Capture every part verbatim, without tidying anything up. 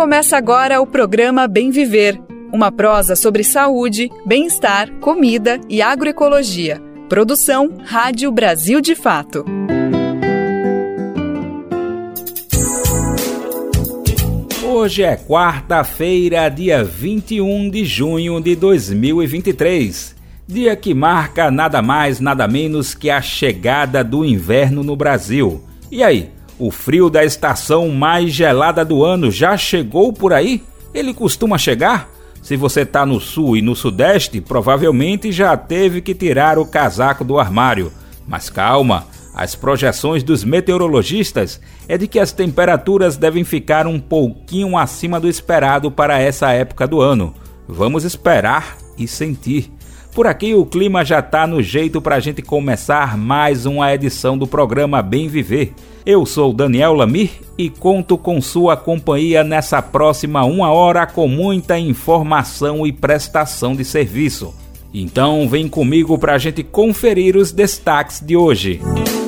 Começa agora o programa Bem Viver, uma prosa sobre saúde, bem-estar, comida e agroecologia. Produção Rádio Brasil de Fato. Hoje é quarta-feira, dia vinte e um de junho de dois mil e vinte e três, dia que marca nada mais, nada menos que a chegada do inverno no Brasil. E aí, o frio da estação mais gelada do ano já chegou por aí? Ele costuma chegar? Se você está no sul e no sudeste, provavelmente já teve que tirar o casaco do armário. Mas calma, as projeções dos meteorologistas é de que as temperaturas devem ficar um pouquinho acima do esperado para essa época do ano. Vamos esperar e sentir. Por aqui o clima já está no jeito para a gente começar mais uma edição do programa Bem Viver. Eu sou Daniel Lamir e conto com sua companhia nessa próxima uma hora com muita informação e prestação de serviço. Então vem comigo para a gente conferir os destaques de hoje.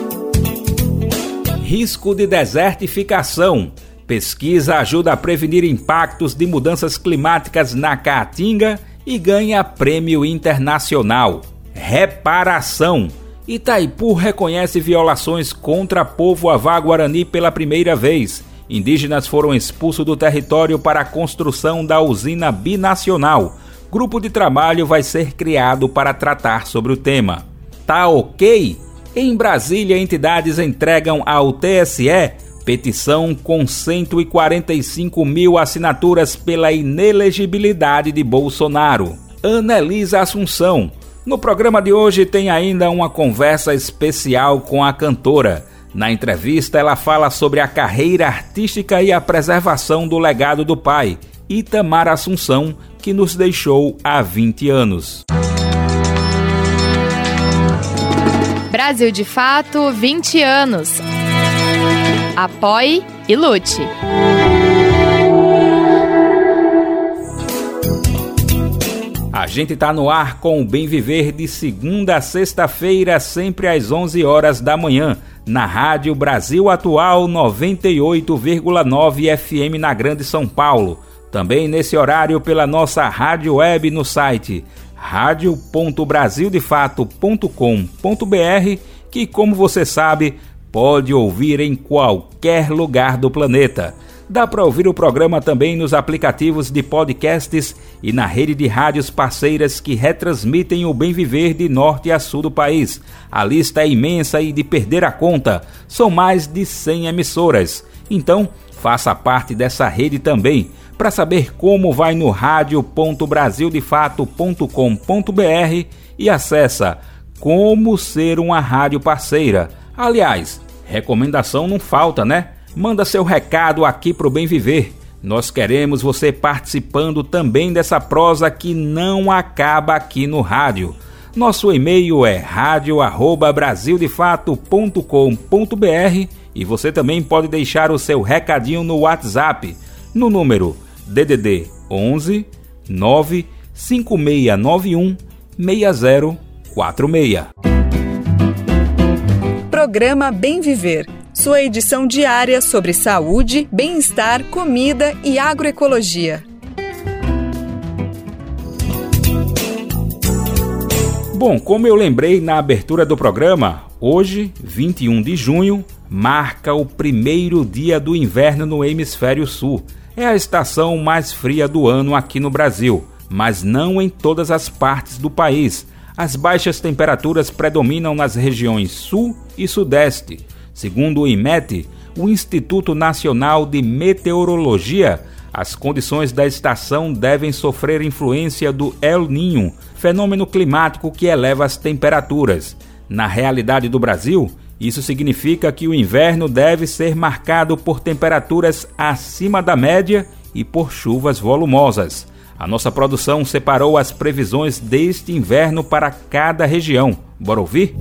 Risco de desertificação. Pesquisa ajuda a prevenir impactos de mudanças climáticas na Caatinga e ganha prêmio internacional. Reparação. Itaipu reconhece violações contra povo Avá-Guarani pela primeira vez. Indígenas foram expulsos do território para a construção da usina binacional. Grupo de trabalho vai ser criado para tratar sobre o tema. Tá ok? Em Brasília, entidades entregam ao T S E petição com cento e quarenta e cinco mil assinaturas pela inelegibilidade de Bolsonaro. Anelisa Assunção. No programa de hoje tem ainda uma conversa especial com a cantora. Na entrevista ela fala sobre a carreira artística e a preservação do legado do pai, Itamar Assunção, que nos deixou há vinte anos. Brasil de Fato, vinte anos. Apoie e lute. A gente tá no ar com o Bem Viver de segunda a sexta-feira, sempre às onze horas da manhã, na Rádio Brasil Atual noventa e oito vírgula nove F M na Grande São Paulo. Também nesse horário pela nossa rádio web no site rádio ponto brasil de fato ponto com ponto b r, que, como você sabe, pode ouvir em qualquer lugar do planeta. Dá para ouvir o programa também nos aplicativos de podcasts e na rede de rádios parceiras que retransmitem o Bem Viver de norte a sul do país. A lista é imensa e de perder a conta. São mais de cem emissoras. Então, faça parte dessa rede também. Para saber como, vai no rádio ponto brasil de fato ponto com ponto b r e acessa Como Ser uma Rádio Parceira. Aliás, recomendação não falta, né? Manda seu recado aqui pro Bem Viver. Nós queremos você participando também dessa prosa que não acaba aqui no rádio. Nosso e-mail é rádio arroba brasil de fato ponto com ponto b r e você também pode deixar o seu recadinho no WhatsApp, no número D D D onze nove cinco seis nove um seis zero quatro seis. Programa Bem Viver, sua edição diária sobre saúde, bem-estar, comida e agroecologia. Bom, como eu lembrei na abertura do programa, hoje, vinte e um de junho, marca o primeiro dia do inverno no hemisfério sul. É a estação mais fria do ano aqui no Brasil, mas não em todas as partes do país. As baixas temperaturas predominam nas regiões sul e sudeste. Segundo o IMET, o Instituto Nacional de Meteorologia, as condições da estação devem sofrer influência do El Niño, fenômeno climático que eleva as temperaturas. Na realidade do Brasil, isso significa que o inverno deve ser marcado por temperaturas acima da média e por chuvas volumosas. A nossa produção separou as previsões deste inverno para cada região. Bora ouvir?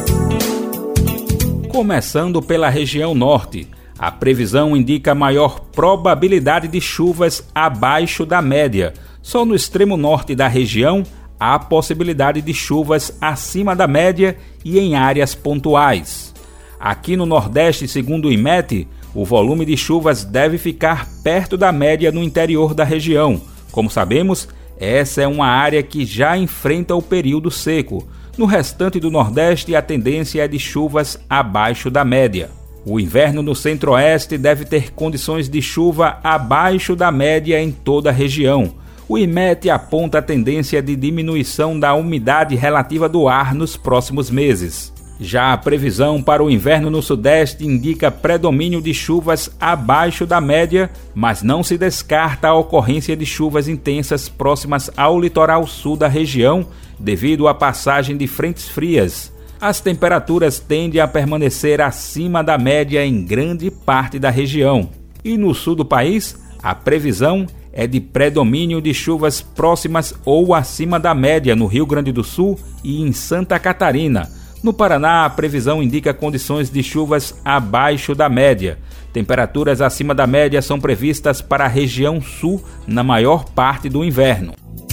Começando pela região norte, a previsão indica maior probabilidade de chuvas abaixo da média. Só no extremo norte da região há possibilidade de chuvas acima da média e em áreas pontuais. Aqui no Nordeste, segundo o IMET, o volume de chuvas deve ficar perto da média no interior da região. Como sabemos, essa é uma área que já enfrenta o período seco. No restante do Nordeste, a tendência é de chuvas abaixo da média. O inverno no Centro-Oeste deve ter condições de chuva abaixo da média em toda a região. O IMET aponta a tendência de diminuição da umidade relativa do ar nos próximos meses. Já a previsão para o inverno no Sudeste indica predomínio de chuvas abaixo da média, mas não se descarta a ocorrência de chuvas intensas próximas ao litoral sul da região, devido à passagem de frentes frias. As temperaturas tendem a permanecer acima da média em grande parte da região. E no sul do país, a previsão é de predomínio de chuvas próximas ou acima da média no Rio Grande do Sul e em Santa Catarina. No Paraná, a previsão indica condições de chuvas abaixo da média. Temperaturas acima da média são previstas para a região sul na maior parte do inverno.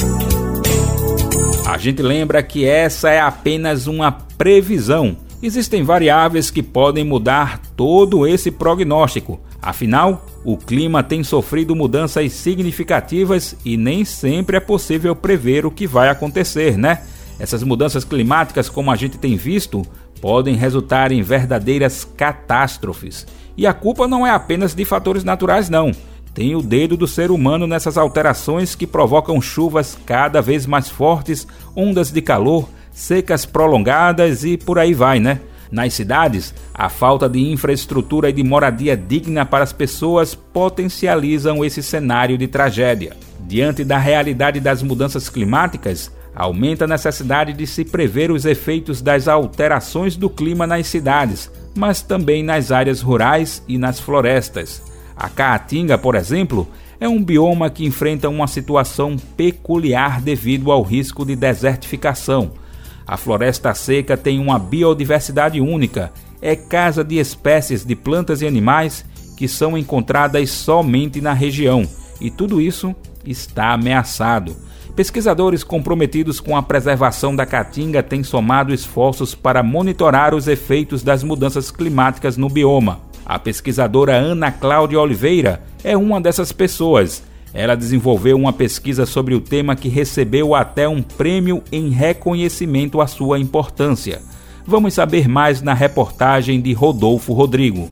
A gente lembra que essa é apenas uma previsão. Existem variáveis que podem mudar todo esse prognóstico. Afinal, o clima tem sofrido mudanças significativas e nem sempre é possível prever o que vai acontecer, né? Essas mudanças climáticas, como a gente tem visto, podem resultar em verdadeiras catástrofes. E a culpa não é apenas de fatores naturais, não. Tem o dedo do ser humano nessas alterações que provocam chuvas cada vez mais fortes, ondas de calor, secas prolongadas e por aí vai, né? Nas cidades, a falta de infraestrutura e de moradia digna para as pessoas potencializam esse cenário de tragédia. Diante da realidade das mudanças climáticas, aumenta a necessidade de se prever os efeitos das alterações do clima nas cidades, mas também nas áreas rurais e nas florestas. A Caatinga, por exemplo, é um bioma que enfrenta uma situação peculiar devido ao risco de desertificação. A floresta seca tem uma biodiversidade única, é casa de espécies de plantas e animais que são encontradas somente na região, e tudo isso está ameaçado. Pesquisadores comprometidos com a preservação da Caatinga têm somado esforços para monitorar os efeitos das mudanças climáticas no bioma. A pesquisadora Ana Cláudia Oliveira é uma dessas pessoas. Ela desenvolveu uma pesquisa sobre o tema que recebeu até um prêmio em reconhecimento à sua importância. Vamos saber mais na reportagem de Rodolfo Rodrigo.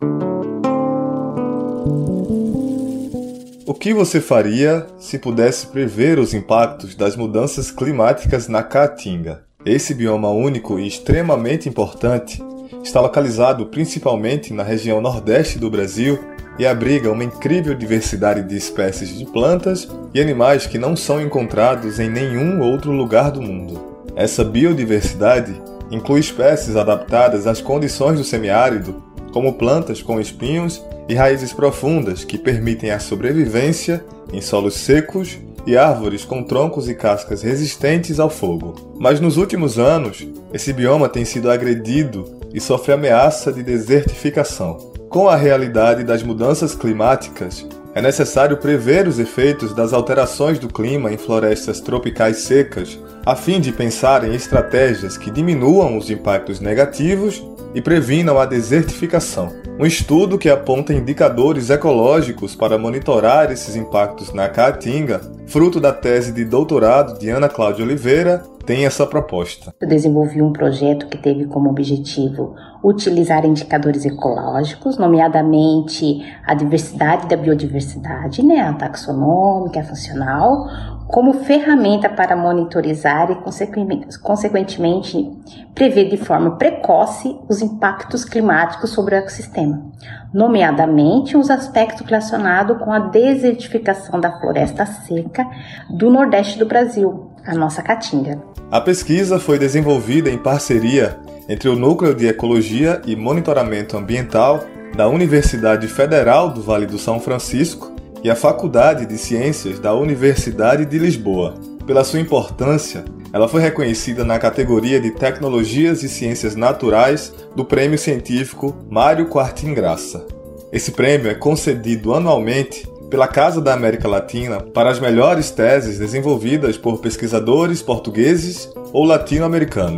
O que você faria se pudesse prever os impactos das mudanças climáticas na Caatinga? Esse bioma único e extremamente importante está localizado principalmente na região nordeste do Brasil e abriga uma incrível diversidade de espécies de plantas e animais que não são encontrados em nenhum outro lugar do mundo. Essa biodiversidade inclui espécies adaptadas às condições do semiárido, como plantas com espinhos e raízes profundas que permitem a sobrevivência em solos secos e árvores com troncos e cascas resistentes ao fogo. Mas nos últimos anos, esse bioma tem sido agredido e sofre ameaça de desertificação. Com a realidade das mudanças climáticas, é necessário prever os efeitos das alterações do clima em florestas tropicais secas, a fim de pensar em estratégias que diminuam os impactos negativos e previnam a desertificação. Um estudo que aponta indicadores ecológicos para monitorar esses impactos na Caatinga, fruto da tese de doutorado de Ana Cláudia Oliveira, tem essa proposta. Eu desenvolvi um projeto que teve como objetivo utilizar indicadores ecológicos, nomeadamente a diversidade da biodiversidade, né, a taxonômica, a funcional, como ferramenta para monitorizar e, consequentemente, prever de forma precoce os impactos climáticos sobre o ecossistema, nomeadamente os aspectos relacionados com a desertificação da floresta seca do Nordeste do Brasil, a nossa Caatinga. A pesquisa foi desenvolvida em parceria entre o Núcleo de Ecologia e Monitoramento Ambiental da Universidade Federal do Vale do São Francisco e a Faculdade de Ciências da Universidade de Lisboa. Pela sua importância, ela foi reconhecida na categoria de Tecnologias e Ciências Naturais do Prêmio Científico Mário Quartim Graça. Esse prêmio é concedido anualmente pela Casa da América Latina para as melhores teses desenvolvidas por pesquisadores portugueses ou latino-americanos.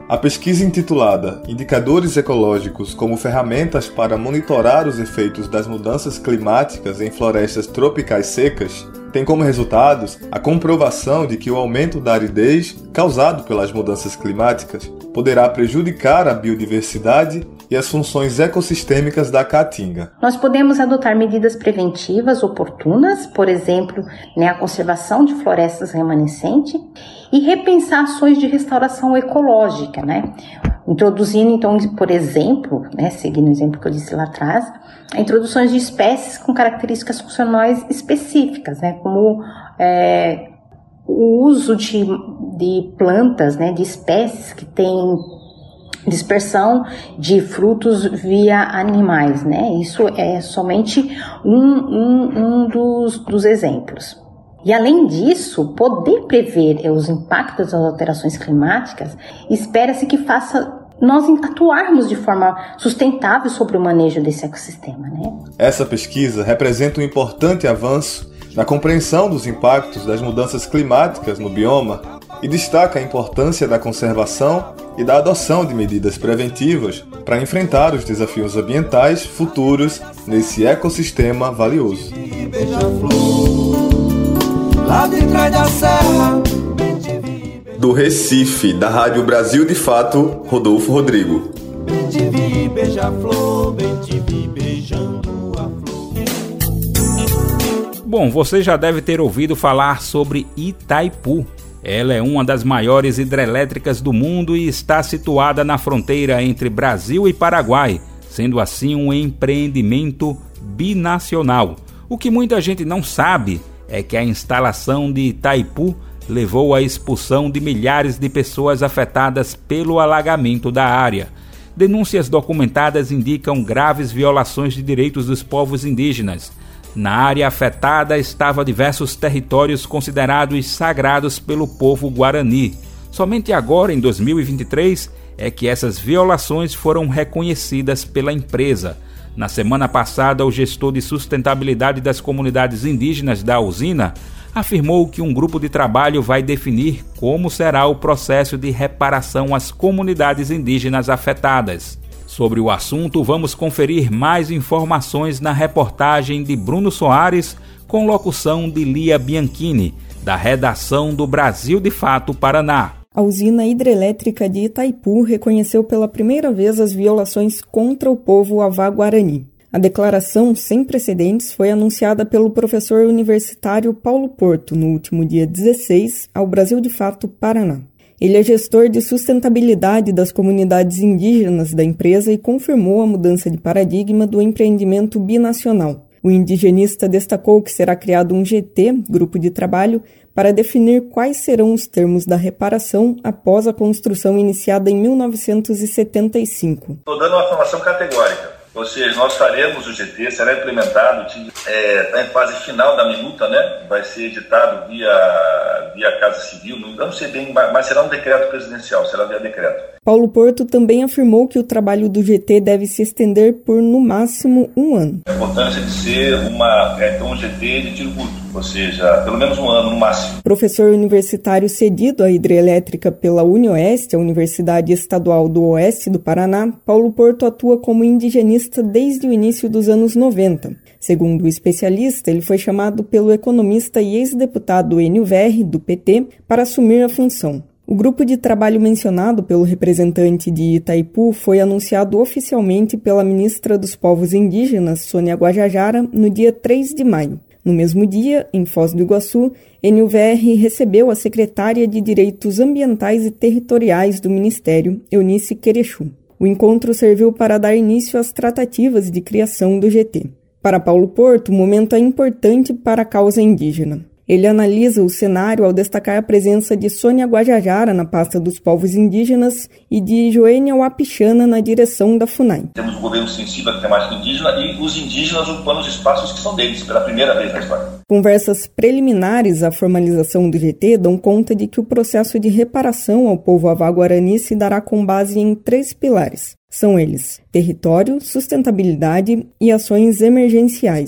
A pesquisa intitulada Indicadores Ecológicos como Ferramentas para Monitorar os Efeitos das Mudanças Climáticas em Florestas Tropicais Secas tem como resultados a comprovação de que o aumento da aridez causado pelas mudanças climáticas poderá prejudicar a biodiversidade e as funções ecossistêmicas da caatinga. Nós podemos adotar medidas preventivas oportunas, por exemplo, né, a conservação de florestas remanescentes e repensar ações de restauração ecológica, né? Introduzindo, então, por exemplo, né, seguindo o exemplo que eu disse lá atrás, a introdução de espécies com características funcionais específicas, né, como é, o uso de, de plantas, né, de espécies que têm dispersão de frutos via animais, né? Isso é somente um, um, um dos, dos exemplos. E além disso, poder prever os impactos das alterações climáticas, espera-se que faça nós atuarmos de forma sustentável sobre o manejo desse ecossistema, né? Essa pesquisa representa um importante avanço na compreensão dos impactos das mudanças climáticas no bioma e destaca a importância da conservação e da adoção de medidas preventivas para enfrentar os desafios ambientais futuros nesse ecossistema valioso. Do Recife, da Rádio Brasil de Fato, Rodolfo Rodrigo. Bom, você já deve ter ouvido falar sobre Itaipu. Ela é uma das maiores hidrelétricas do mundo e está situada na fronteira entre Brasil e Paraguai, sendo assim um empreendimento binacional. O que muita gente não sabe é que a instalação de Itaipu levou à expulsão de milhares de pessoas afetadas pelo alagamento da área. Denúncias documentadas indicam graves violações de direitos dos povos indígenas. Na área afetada estavam diversos territórios considerados sagrados pelo povo guarani. Somente agora, em dois mil e vinte e três, é que essas violações foram reconhecidas pela empresa. Na semana passada, o gestor de sustentabilidade das comunidades indígenas da usina afirmou que um grupo de trabalho vai definir como será o processo de reparação às comunidades indígenas afetadas. Sobre o assunto, vamos conferir mais informações na reportagem de Bruno Soares, com locução de Lia Bianchini, da redação do Brasil de Fato Paraná. A usina hidrelétrica de Itaipu reconheceu pela primeira vez as violações contra o povo Avá-Guarani. A declaração sem precedentes foi anunciada pelo professor universitário Paulo Porto no último dia dezesseis ao Brasil de Fato Paraná. Ele é gestor de sustentabilidade das comunidades indígenas da empresa e confirmou a mudança de paradigma do empreendimento binacional. O indigenista destacou que será criado um G T, grupo de trabalho, para definir quais serão os termos da reparação após a construção iniciada em mil novecentos e setenta e cinco. Estou dando uma afirmação categórica. Ou seja, nós faremos o G T, será implementado, está é, em fase final da minuta, né? Vai ser editado via, via Casa Civil, não sei bem, mas será um decreto presidencial, será via decreto. Paulo Porto também afirmou que o trabalho do G T deve se estender por, no máximo, um ano. A importância de ser uma, é, então, um G T de tiro curto, ou seja, pelo menos um ano no máximo. Professor universitário cedido à hidrelétrica pela UniOeste, a Universidade Estadual do Oeste do Paraná, Paulo Porto atua como indigenista desde o início dos anos noventa. Segundo o especialista, ele foi chamado pelo economista e ex-deputado Enio Verri, do P T, para assumir a função. O grupo de trabalho mencionado pelo representante de Itaipu foi anunciado oficialmente pela ministra dos Povos Indígenas, Sônia Guajajara, no dia três de maio. No mesmo dia, em Foz do Iguaçu, Enio Verri recebeu a secretária de Direitos Ambientais e Territoriais do Ministério, Eunice Querechu. O encontro serviu para dar início às tratativas de criação do G T. Para Paulo Porto, o momento é importante para a causa indígena. Ele analisa o cenário ao destacar a presença de Sônia Guajajara na pasta dos povos indígenas e de Joênia Wapichana na direção da FUNAI. Temos um governo sensível à temática indígena e os indígenas ocupando os espaços que são deles, pela primeira vez na história. Conversas preliminares à formalização do G T dão conta de que o processo de reparação ao povo Avá-Guarani se dará com base em três pilares. São eles: território, sustentabilidade e ações emergenciais.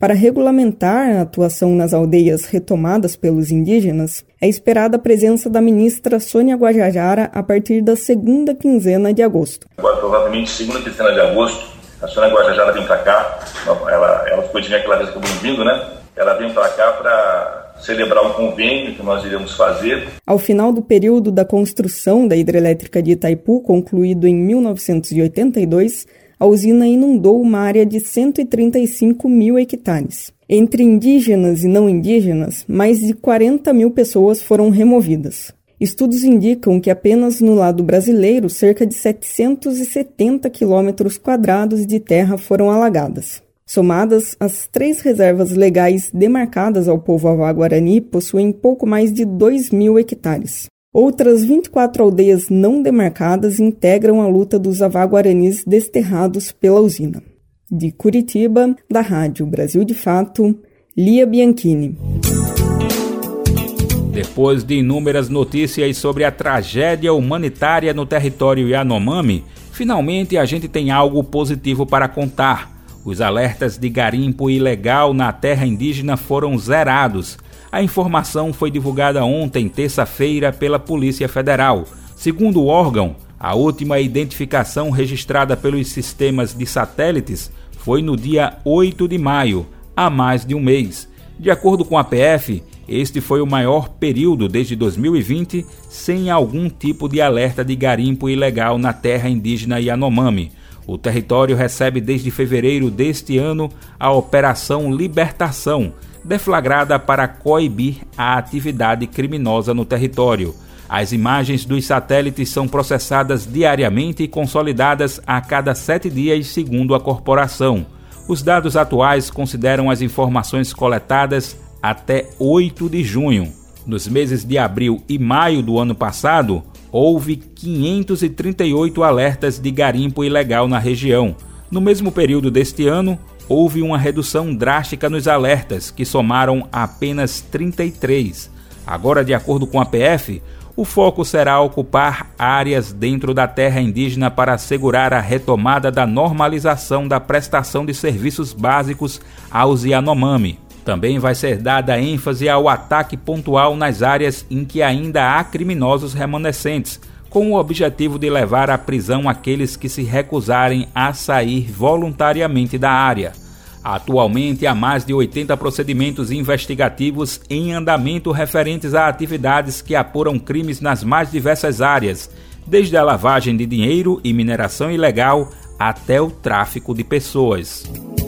Para regulamentar a atuação nas aldeias retomadas pelos indígenas, é esperada a presença da ministra Sônia Guajajara a partir da segunda quinzena de agosto. Agora, provavelmente, segunda quinzena de agosto, a Sônia Guajajara vem para cá, ela, ela ficou de vir aquela vez que acabou vindo, né? Ela vem para cá para celebrar um convênio que nós iremos fazer. Ao final do período da construção da hidrelétrica de Itaipu, concluído em mil novecentos e oitenta e dois, a usina inundou uma área de cento e trinta e cinco mil hectares. Entre indígenas e não indígenas, mais de quarenta mil pessoas foram removidas. Estudos indicam que apenas no lado brasileiro, cerca de setecentos e setenta quilômetros quadrados de terra foram alagadas. Somadas, as três reservas legais demarcadas ao povo Avá-Guarani possuem pouco mais de dois mil hectares. Outras vinte e quatro aldeias não demarcadas integram a luta dos Avá-Guaranis desterrados pela usina. De Curitiba, da Rádio Brasil de Fato, Lia Bianchini. Depois de inúmeras notícias sobre a tragédia humanitária no território Yanomami, finalmente a gente tem algo positivo para contar. Os alertas de garimpo ilegal na terra indígena foram zerados. A informação foi divulgada ontem, terça-feira, pela Polícia Federal. Segundo o órgão, a última identificação registrada pelos sistemas de satélites foi no dia oito de maio, há mais de um mês. De acordo com a P F, este foi o maior período desde dois mil e vinte sem algum tipo de alerta de garimpo ilegal na terra indígena Yanomami. O território recebe desde fevereiro deste ano a Operação Libertação, deflagrada para coibir a atividade criminosa no território. As imagens dos satélites são processadas diariamente e consolidadas a cada sete dias, segundo a corporação. Os dados atuais consideram as informações coletadas até oito de junho. Nos meses de abril e maio do ano passado, houve quinhentos e trinta e oito alertas de garimpo ilegal na região. No mesmo período deste ano, houve uma redução drástica nos alertas, que somaram apenas trinta e três. Agora, de acordo com a P F, o foco será ocupar áreas dentro da terra indígena para assegurar a retomada da normalização da prestação de serviços básicos aos Yanomami. Também vai ser dada ênfase ao ataque pontual nas áreas em que ainda há criminosos remanescentes, com o objetivo de levar à prisão aqueles que se recusarem a sair voluntariamente da área. Atualmente, há mais de oitenta procedimentos investigativos em andamento referentes a atividades que apuram crimes nas mais diversas áreas, desde a lavagem de dinheiro e mineração ilegal até o tráfico de pessoas.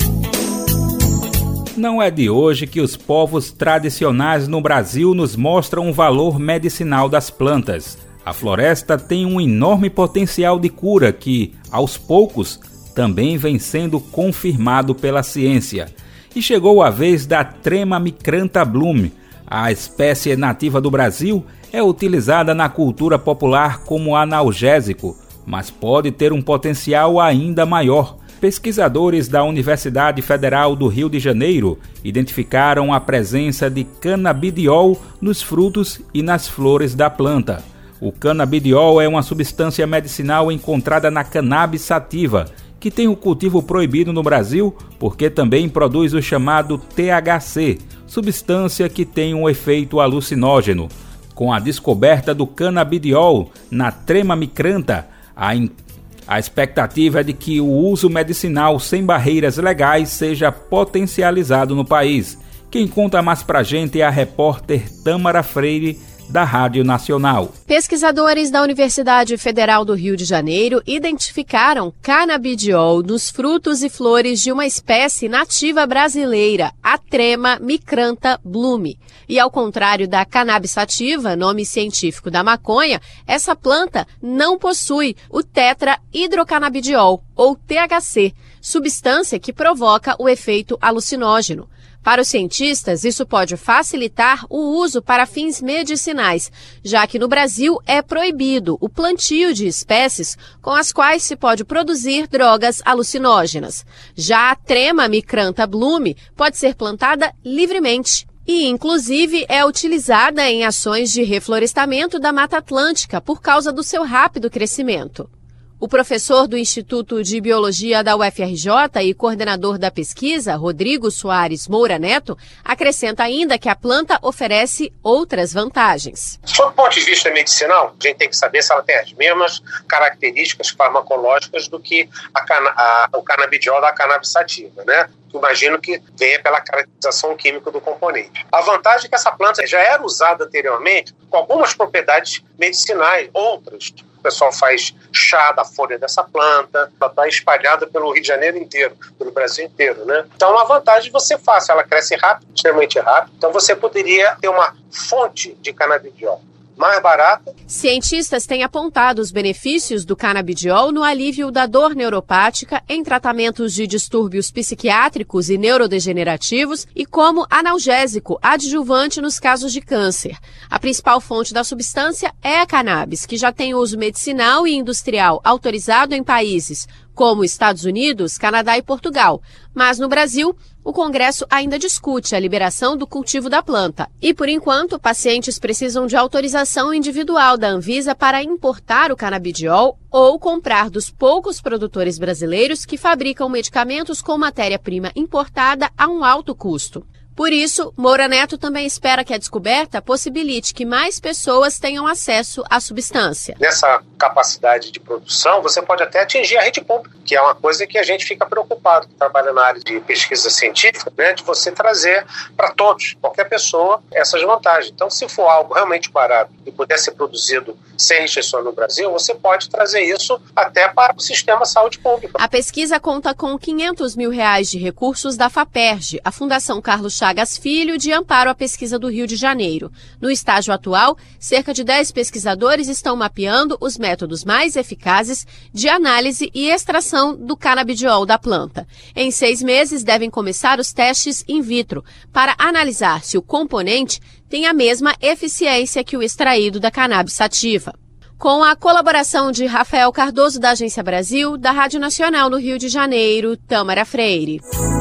Não é de hoje que os povos tradicionais no Brasil nos mostram o valor medicinal das plantas. A floresta tem um enorme potencial de cura que, aos poucos, também vem sendo confirmado pela ciência. E chegou a vez da Trema micrantha blum. A espécie nativa do Brasil é utilizada na cultura popular como analgésico, mas pode ter um potencial ainda maior. Pesquisadores da Universidade Federal do Rio de Janeiro identificaram a presença de canabidiol nos frutos e nas flores da planta. O canabidiol é uma substância medicinal encontrada na cannabis sativa, que tem o cultivo proibido no Brasil porque também produz o chamado T H C, substância que tem um efeito alucinógeno. Com a descoberta do canabidiol na Trema micrantha, a in- A expectativa é de que o uso medicinal sem barreiras legais seja potencializado no país. Quem conta mais pra gente é a repórter Tâmara Freire, da Rádio Nacional. Pesquisadores da Universidade Federal do Rio de Janeiro identificaram canabidiol nos frutos e flores de uma espécie nativa brasileira, a Trema micrantha blum. E ao contrário da cannabis sativa, nome científico da maconha, essa planta não possui o tetrahidrocannabidiol, ou T H C, substância que provoca o efeito alucinógeno. Para os cientistas, isso pode facilitar o uso para fins medicinais, já que no Brasil é proibido o plantio de espécies com as quais se pode produzir drogas alucinógenas. Já a Trema micrantha blum pode ser plantada livremente e, inclusive, é utilizada em ações de reflorestamento da Mata Atlântica por causa do seu rápido crescimento. O professor do Instituto de Biologia da U F R J e coordenador da pesquisa, Rodrigo Soares Moura Neto, acrescenta ainda que a planta oferece outras vantagens. Sob o ponto de vista medicinal, a gente tem que saber se ela tem as mesmas características farmacológicas do que a cana- a, o canabidiol da cannabis sativa, né? Imagino que venha pela caracterização química do componente. A vantagem é que essa planta já era usada anteriormente com algumas propriedades medicinais, outras. O pessoal faz chá da folha dessa planta, ela está espalhada pelo Rio de Janeiro inteiro, pelo Brasil inteiro, né? Então, a vantagem você faz, ela cresce rápido, extremamente rápido, então você poderia ter uma fonte de canabidiol mais barata. Cientistas têm apontado os benefícios do canabidiol no alívio da dor neuropática, em tratamentos de distúrbios psiquiátricos e neurodegenerativos e como analgésico adjuvante nos casos de câncer. A principal fonte da substância é a cannabis, que já tem uso medicinal e industrial autorizado em países como Estados Unidos, Canadá e Portugal. Mas no Brasil, o Congresso ainda discute a liberação do cultivo da planta. E, por enquanto, pacientes precisam de autorização individual da Anvisa para importar o canabidiol ou comprar dos poucos produtores brasileiros que fabricam medicamentos com matéria-prima importada a um alto custo. Por isso, Moura Neto também espera que a descoberta possibilite que mais pessoas tenham acesso à substância. Nessa capacidade de produção, você pode até atingir a rede pública, que é uma coisa que a gente fica preocupado, que trabalha na área de pesquisa científica, né, de você trazer para todos, qualquer pessoa, essas vantagens. Então, se for algo realmente barato e puder ser produzido sem restrições no Brasil, você pode trazer isso até para o sistema de saúde pública. A pesquisa conta com quinhentos mil reais de recursos da FAPERJ, a Fundação Carlos Chagas Filho, de amparo à pesquisa do Rio de Janeiro. No estágio atual, cerca de dez pesquisadores estão mapeando os métodos mais eficazes de análise e extração do canabidiol da planta. Em seis meses, devem começar os testes in vitro para analisar se o componente tem a mesma eficiência que o extraído da cannabis sativa. Com a colaboração de Rafael Cardoso, da Agência Brasil, da Rádio Nacional no Rio de Janeiro, Tâmara Freire.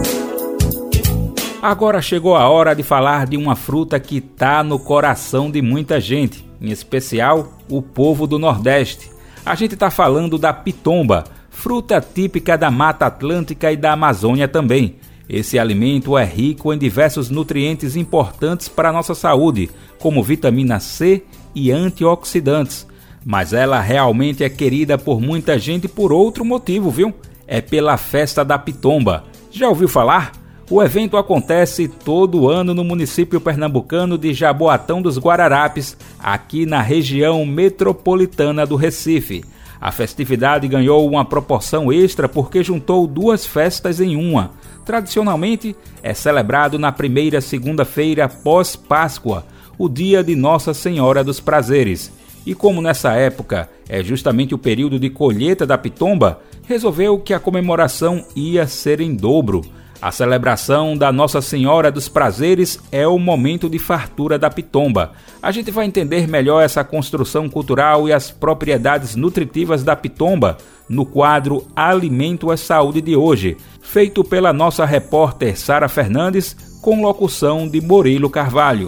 Agora chegou a hora de falar de uma fruta que está no coração de muita gente, em especial o povo do Nordeste. A gente está falando da pitomba, fruta típica da Mata Atlântica e da Amazônia também. Esse alimento é rico em diversos nutrientes importantes para a nossa saúde, como vitamina C e antioxidantes. Mas ela realmente é querida por muita gente por outro motivo, viu? É pela festa da pitomba. Já ouviu falar? O evento acontece todo ano no município pernambucano de Jaboatão dos Guararapes, aqui na região metropolitana do Recife. A festividade ganhou uma proporção extra porque juntou duas festas em uma. Tradicionalmente, é celebrado na primeira segunda-feira pós-Páscoa, o dia de Nossa Senhora dos Prazeres. E como nessa época é justamente o período de colheita da pitomba, resolveu que a comemoração ia ser em dobro. A celebração da Nossa Senhora dos Prazeres é o momento de fartura da pitomba. A gente vai entender melhor essa construção cultural e as propriedades nutritivas da pitomba no quadro Alimento é Saúde de hoje, feito pela nossa repórter Sara Fernandes, com locução de Murilo Carvalho.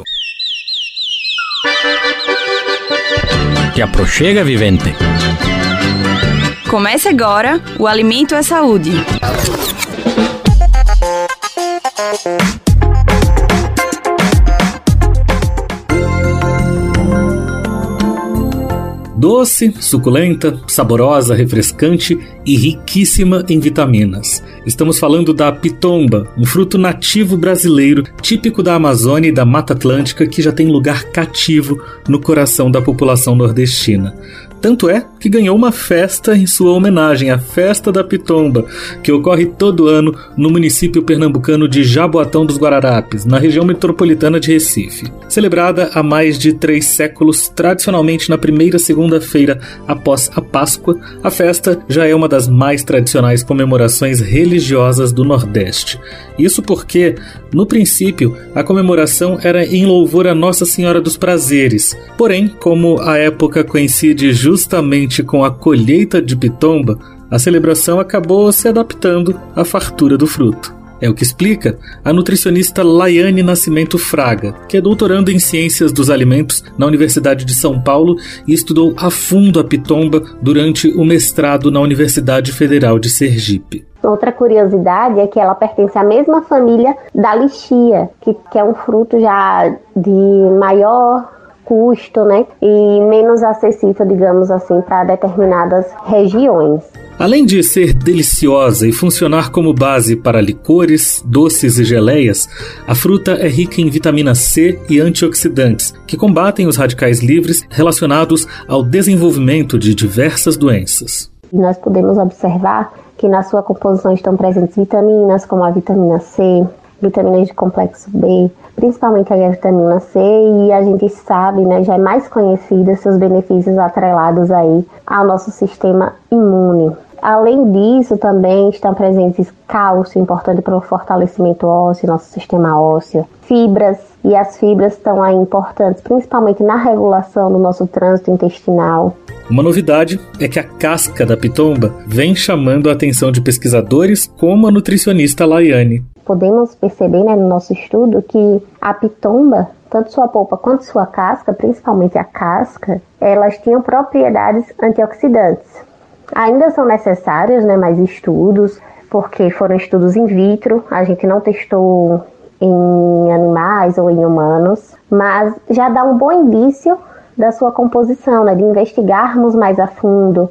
Te aproxega, vivente. Comece agora o Alimento é Saúde. Doce, suculenta, saborosa, refrescante e riquíssima em vitaminas. Estamos falando da pitomba, um fruto nativo brasileiro típico da Amazônia e da Mata Atlântica que já tem lugar cativo no coração da população nordestina. Tanto é que ganhou uma festa em sua homenagem, a Festa da Pitomba, que ocorre todo ano no município pernambucano de Jaboatão dos Guararapes, na região metropolitana de Recife. Celebrada há mais de três séculos, tradicionalmente na primeira segunda-feira após a Páscoa, a festa já é uma das mais tradicionais comemorações religiosas do Nordeste. Isso porque, no princípio, a comemoração era em louvor a Nossa Senhora dos Prazeres. Porém, como a época coincide justamente com a colheita de pitomba, a celebração acabou se adaptando à fartura do fruto. É o que explica a nutricionista Laiane Nascimento Fraga, que é doutoranda em Ciências dos Alimentos na Universidade de São Paulo e estudou a fundo a pitomba durante o mestrado na Universidade Federal de Sergipe. Outra curiosidade é que ela pertence à mesma família da lichia, que, que é um fruto já de maior custo, né, e menos acessível, digamos assim, para determinadas regiões. Além de ser deliciosa e funcionar como base para licores, doces e geleias, a fruta é rica em vitamina C e antioxidantes, que combatem os radicais livres relacionados ao desenvolvimento de diversas doenças. Nós podemos observar que na sua composição estão presentes vitaminas como a vitamina C, vitaminas de complexo B, principalmente a vitamina C, e a gente sabe, né, já é mais conhecida seus benefícios atrelados aí ao nosso sistema imune. Além disso, também estão presentes cálcio, importante para o fortalecimento ósseo, nosso sistema ósseo, fibras, e as fibras estão aí importantes, principalmente na regulação do nosso trânsito intestinal. Uma novidade é que a casca da pitomba vem chamando a atenção de pesquisadores como a nutricionista Laiane. Podemos perceber, né, no nosso estudo que a pitomba, tanto sua polpa quanto sua casca, principalmente a casca, elas tinham propriedades antioxidantes. Ainda são necessários, né, mais estudos, porque foram estudos in vitro, a gente não testou em animais ou em humanos, mas já dá um bom indício da sua composição, né, de investigarmos mais a fundo,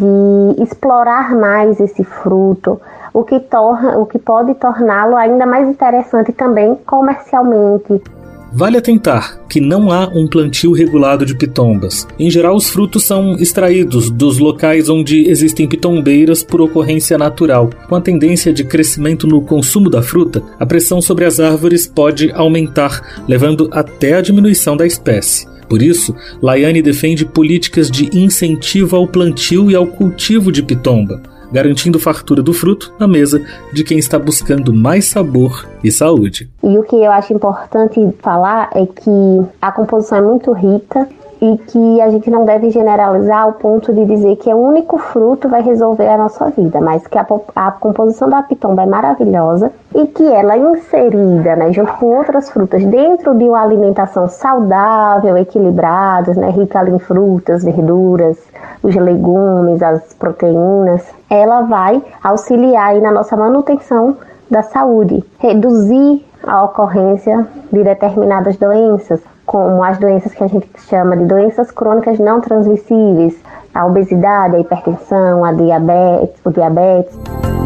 de explorar mais esse fruto, o que, torna, o que pode torná-lo ainda mais interessante também comercialmente. Vale atentar que não há um plantio regulado de pitombas. Em geral, os frutos são extraídos dos locais onde existem pitombeiras por ocorrência natural. Com a tendência de crescimento no consumo da fruta, a pressão sobre as árvores pode aumentar, levando até a diminuição da espécie. Por isso, Laiane defende políticas de incentivo ao plantio e ao cultivo de pitomba, garantindo fartura do fruto na mesa de quem está buscando mais sabor e saúde. E o que eu acho importante falar é que a composição é muito rica e que a gente não deve generalizar ao ponto de dizer que o único fruto vai resolver a nossa vida, mas que a, a composição da pitomba é maravilhosa e que ela inserida, né, junto com outras frutas dentro de uma alimentação saudável, equilibrada, né, rica em frutas, verduras, os legumes, as proteínas, ela vai auxiliar aí na nossa manutenção da saúde, reduzir a ocorrência de determinadas doenças, como as doenças que a gente chama de doenças crônicas não transmissíveis, a obesidade, a hipertensão, a diabetes, o diabetes.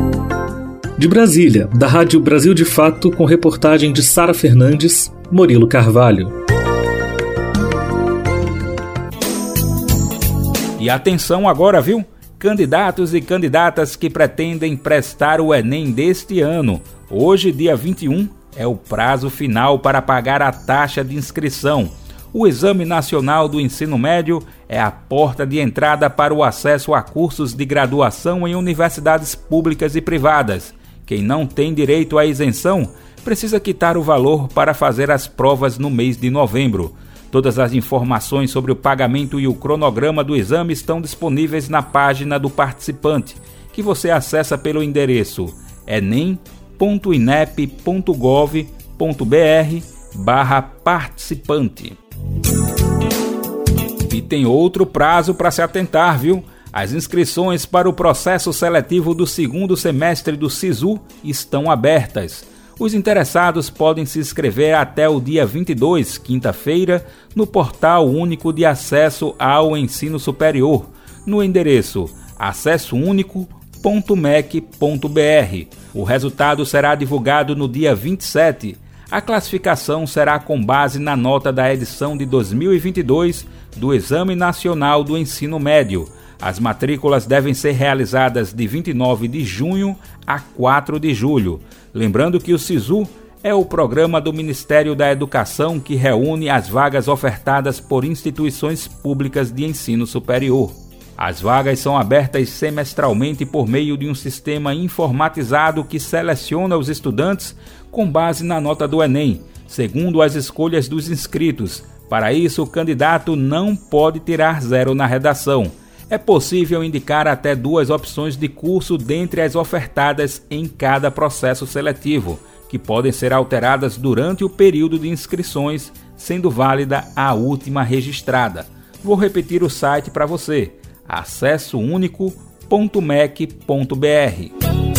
De Brasília, da Rádio Brasil de Fato, com reportagem de Sara Fernandes, Murilo Carvalho. E atenção agora, viu? Candidatos e candidatas que pretendem prestar o Enem deste ano. Hoje, dia vinte e um, é o prazo final para pagar a taxa de inscrição. O Exame Nacional do Ensino Médio é a porta de entrada para o acesso a cursos de graduação em universidades públicas e privadas. Quem não tem direito à isenção precisa quitar o valor para fazer as provas no mês de novembro. Todas as informações sobre o pagamento e o cronograma do exame estão disponíveis na página do participante, que você acessa pelo endereço enem ponto inep ponto gov ponto br barra participante. E tem outro prazo para se atentar, viu? As inscrições para o processo seletivo do segundo semestre do SISU estão abertas. Os interessados podem se inscrever até o dia vinte e dois, quinta-feira, no Portal Único de Acesso ao Ensino Superior, no endereço acesso único ponto mec ponto br. O resultado será divulgado no dia vinte e sete. A classificação será com base na nota da edição de dois mil e vinte e dois do Exame Nacional do Ensino Médio. As matrículas devem ser realizadas de vinte e nove de junho a quatro de julho. Lembrando que o SISU é o programa do Ministério da Educação que reúne as vagas ofertadas por instituições públicas de ensino superior. As vagas são abertas semestralmente por meio de um sistema informatizado que seleciona os estudantes com base na nota do Enem, segundo as escolhas dos inscritos. Para isso, o candidato não pode tirar zero na redação. É possível indicar até duas opções de curso dentre as ofertadas em cada processo seletivo, que podem ser alteradas durante o período de inscrições, sendo válida a última registrada. Vou repetir o site para você: acesso único ponto m e c ponto b r.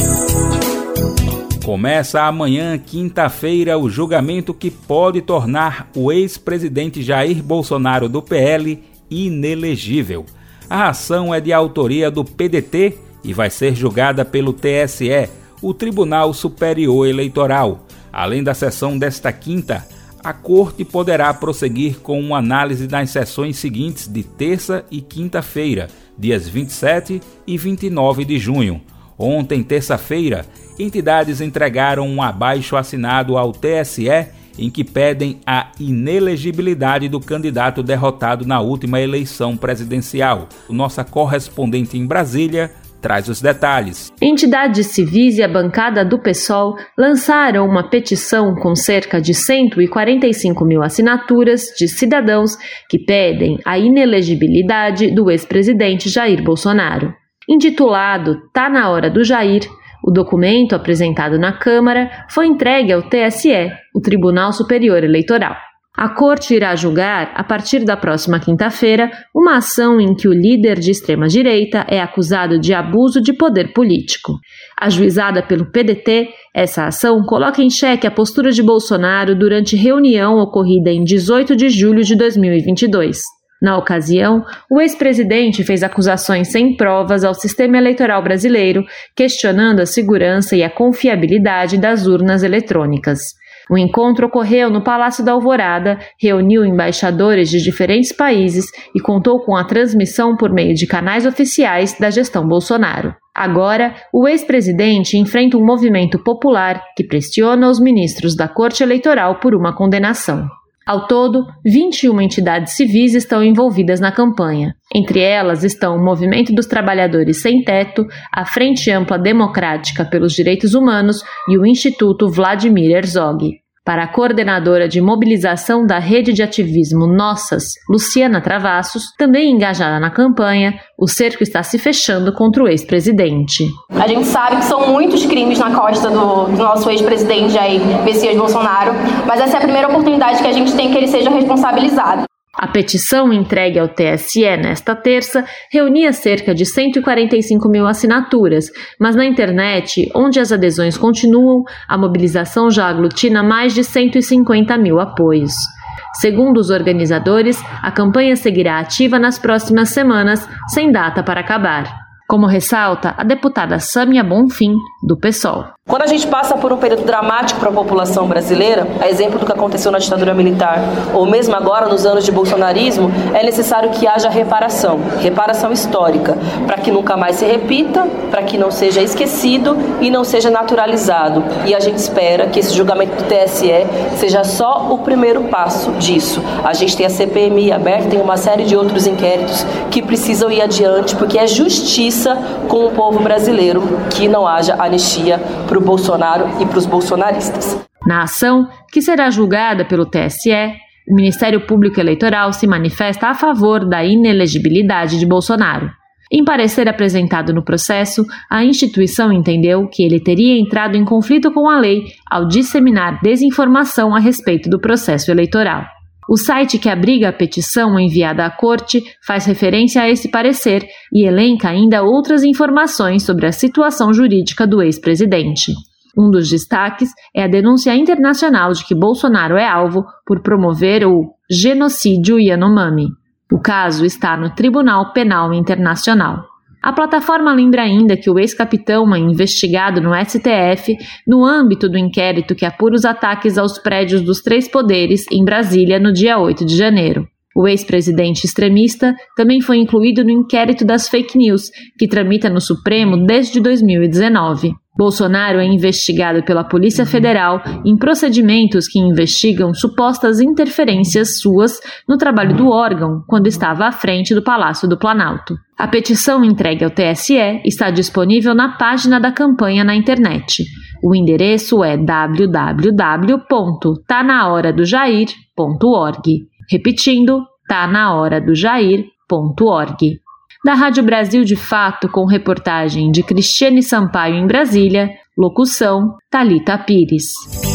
Começa amanhã, quinta-feira, o julgamento que pode tornar o ex-presidente Jair Bolsonaro do P L inelegível. A ação é de autoria do P D T e vai ser julgada pelo T S E, o Tribunal Superior Eleitoral. Além da sessão desta quinta, a Corte poderá prosseguir com uma análise nas sessões seguintes de terça e quinta-feira, dias vinte e sete e vinte e nove de junho. Ontem, terça-feira, entidades entregaram um abaixo-assinado ao T S E em que pedem a inelegibilidade do candidato derrotado na última eleição presidencial. Nossa correspondente em Brasília traz os detalhes. Entidades civis e a bancada do PSOL lançaram uma petição com cerca de cento e quarenta e cinco mil assinaturas de cidadãos que pedem a inelegibilidade do ex-presidente Jair Bolsonaro. Intitulado Tá na hora do Jair, o documento apresentado na Câmara foi entregue ao T S E, o Tribunal Superior Eleitoral. A Corte irá julgar, a partir da próxima quinta-feira, uma ação em que o líder de extrema-direita é acusado de abuso de poder político. Ajuizada pelo P D T, essa ação coloca em xeque a postura de Bolsonaro durante reunião ocorrida em dezoito de julho de dois mil e vinte e dois. Na ocasião, o ex-presidente fez acusações sem provas ao sistema eleitoral brasileiro, questionando a segurança e a confiabilidade das urnas eletrônicas. O encontro ocorreu no Palácio da Alvorada, reuniu embaixadores de diferentes países e contou com a transmissão por meio de canais oficiais da gestão Bolsonaro. Agora, o ex-presidente enfrenta um movimento popular que pressiona os ministros da Corte Eleitoral por uma condenação. Ao todo, vinte e uma entidades civis estão envolvidas na campanha. Entre elas estão o Movimento dos Trabalhadores Sem Teto, a Frente Ampla Democrática pelos Direitos Humanos e o Instituto Vladimir Herzog. Para a coordenadora de mobilização da rede de ativismo Nossas, Luciana Travassos, também engajada na campanha, o cerco está se fechando contra o ex-presidente. A gente sabe que são muitos crimes na costa do, do nosso ex-presidente Jair Messias Bolsonaro, mas essa é a primeira oportunidade que a gente tem que ele seja responsabilizado. A petição entregue ao T S E nesta terça reunia cerca de cento e quarenta e cinco mil assinaturas, mas na internet, onde as adesões continuam, a mobilização já aglutina mais de cento e cinquenta mil apoios. Segundo os organizadores, a campanha seguirá ativa nas próximas semanas, sem data para acabar. Como ressalta a deputada Sâmia Bonfim, do PSOL. Quando a gente passa por um período dramático para a população brasileira, a exemplo do que aconteceu na ditadura militar, ou mesmo agora nos anos de bolsonarismo, é necessário que haja reparação, reparação histórica, para que nunca mais se repita, para que não seja esquecido e não seja naturalizado. E a gente espera que esse julgamento do T S E seja só o primeiro passo disso. A gente tem a C P M I aberta, tem uma série de outros inquéritos que precisam ir adiante, porque é justiça com o povo brasileiro que não haja anistia para o Bolsonaro e para os bolsonaristas. Na ação, que será julgada pelo T S E, o Ministério Público Eleitoral se manifesta a favor da inelegibilidade de Bolsonaro. Em parecer apresentado no processo, a instituição entendeu que ele teria entrado em conflito com a lei ao disseminar desinformação a respeito do processo eleitoral. O site que abriga a petição enviada à Corte faz referência a esse parecer e elenca ainda outras informações sobre a situação jurídica do ex-presidente. Um dos destaques é a denúncia internacional de que Bolsonaro é alvo por promover o genocídio Yanomami. O caso está no Tribunal Penal Internacional. A plataforma lembra ainda que o ex-capitão é investigado no S T F no âmbito do inquérito que apura os ataques aos prédios dos três poderes em Brasília no dia oito de janeiro. O ex-presidente extremista também foi incluído no inquérito das fake news, que tramita no Supremo desde dois mil e dezenove. Bolsonaro é investigado pela Polícia Federal em procedimentos que investigam supostas interferências suas no trabalho do órgão quando estava à frente do Palácio do Planalto. A petição entregue ao T S E está disponível na página da campanha na internet. O endereço é w w w ponto tá na hora do jair ponto org. Repetindo, tá na hora do jair ponto org. Da Rádio Brasil de Fato, com reportagem de Cristiane Sampaio em Brasília, locução Thalita Pires.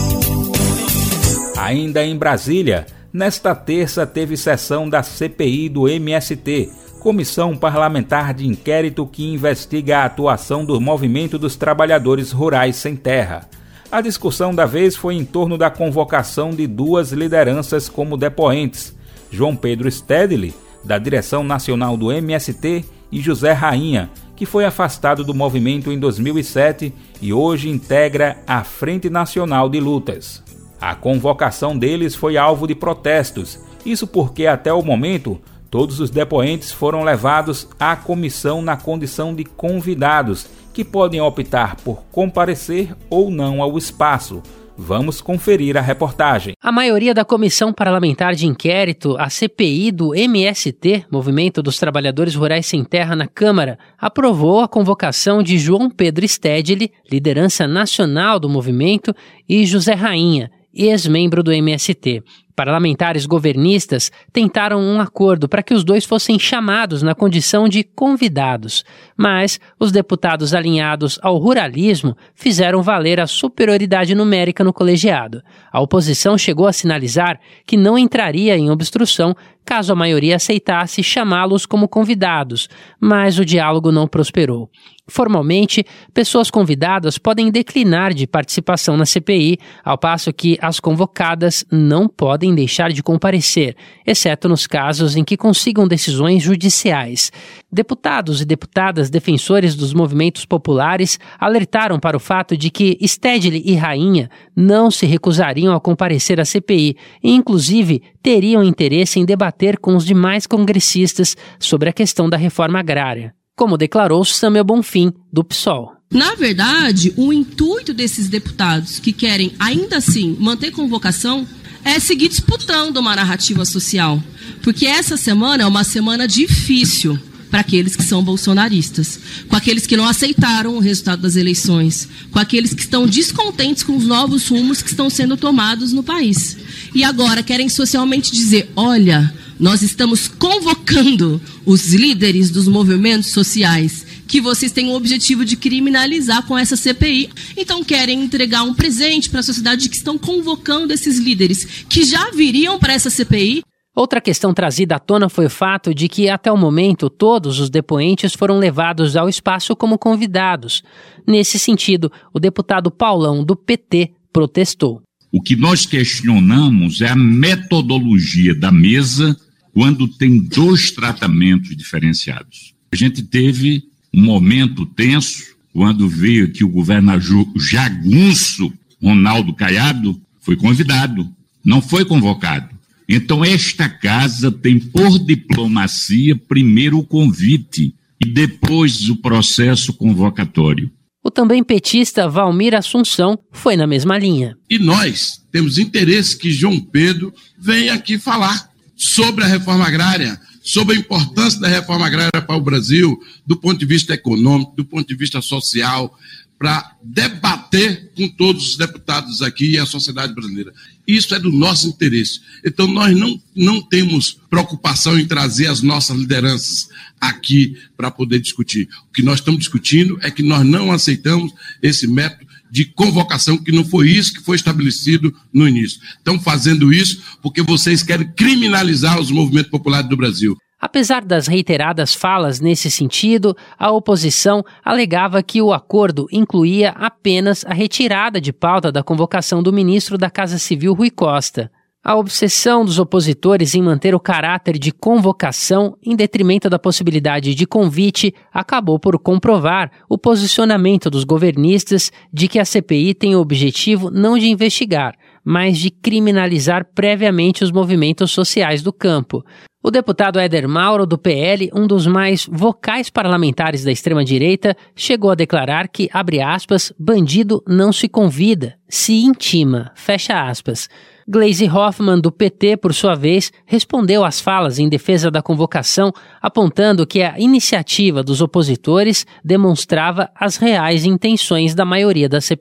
Ainda em Brasília, nesta terça teve sessão da C P I do M S T, Comissão Parlamentar de Inquérito que investiga a atuação do Movimento dos Trabalhadores Rurais Sem Terra. A discussão da vez foi em torno da convocação de duas lideranças como depoentes, João Pedro Stedley, da direção nacional do M S T, e José Rainha, que foi afastado do movimento em dois mil e sete e hoje integra a Frente Nacional de Lutas. A convocação deles foi alvo de protestos, isso porque até o momento todos os depoentes foram levados à comissão na condição de convidados, que podem optar por comparecer ou não ao espaço. Vamos conferir a reportagem. A maioria da Comissão Parlamentar de Inquérito, a C P I do M S T, Movimento dos Trabalhadores Rurais Sem Terra, na Câmara, aprovou a convocação de João Pedro Stedley, liderança nacional do movimento, e José Rainha, ex-membro do M S T. Parlamentares governistas tentaram um acordo para que os dois fossem chamados na condição de convidados, mas os deputados alinhados ao ruralismo fizeram valer a superioridade numérica no colegiado. A oposição chegou a sinalizar que não entraria em obstrução caso a maioria aceitasse chamá-los como convidados, mas o diálogo não prosperou. Formalmente, pessoas convidadas podem declinar de participação na C P I, ao passo que as convocadas não podem deixar de comparecer, exceto nos casos em que consigam decisões judiciais. Deputados e deputadas defensores dos movimentos populares alertaram para o fato de que Stedley e Rainha não se recusariam a comparecer à C P I e, inclusive, teriam interesse em debater com os demais congressistas sobre a questão da reforma agrária, como declarou Sâmia Bonfim, do P SOL. Na verdade, o intuito desses deputados que querem, ainda assim, manter convocação é seguir disputando uma narrativa social. Porque essa semana é uma semana difícil para aqueles que são bolsonaristas, com aqueles que não aceitaram o resultado das eleições, com aqueles que estão descontentes com os novos rumos que estão sendo tomados no país. E agora querem socialmente dizer, olha, nós estamos convocando os líderes dos movimentos sociais que vocês têm o objetivo de criminalizar com essa C P I. Então querem entregar um presente para a sociedade de que estão convocando esses líderes que já viriam para essa C P I. Outra questão trazida à tona foi o fato de que, até o momento, todos os depoentes foram levados ao espaço como convidados. Nesse sentido, o deputado Paulão, do P T, protestou. O que nós questionamos é a metodologia da mesa quando tem dois tratamentos diferenciados. A gente teve um momento tenso quando veio aqui o governador jagunço Ronaldo Caiado, foi convidado, não foi convocado. Então esta casa tem por diplomacia primeiro o convite e depois o processo convocatório. O também petista Valmir Assunção foi na mesma linha. E nós temos interesse que João Pedro venha aqui falar sobre a reforma agrária, sobre a importância da reforma agrária para o Brasil, do ponto de vista econômico, do ponto de vista social, para debater com todos os deputados aqui e a sociedade brasileira. Isso é do nosso interesse. Então, nós não, não temos preocupação em trazer as nossas lideranças aqui para poder discutir. O que nós estamos discutindo é que nós não aceitamos esse método de convocação, que não foi isso que foi estabelecido no início. Estão fazendo isso porque vocês querem criminalizar os movimentos populares do Brasil. Apesar das reiteradas falas nesse sentido, a oposição alegava que o acordo incluía apenas a retirada de pauta da convocação do ministro da Casa Civil, Rui Costa. A obsessão dos opositores em manter o caráter de convocação em detrimento da possibilidade de convite acabou por comprovar o posicionamento dos governistas de que a C P I tem o objetivo não de investigar, mas de criminalizar previamente os movimentos sociais do campo. O deputado Éder Mauro, do P L, um dos mais vocais parlamentares da extrema-direita, chegou a declarar que, abre aspas, bandido não se convida, se intima, fecha aspas. Gleisi Hoffmann, do P T, por sua vez, respondeu às falas em defesa da convocação, apontando que a iniciativa dos opositores demonstrava as reais intenções da maioria da C P I.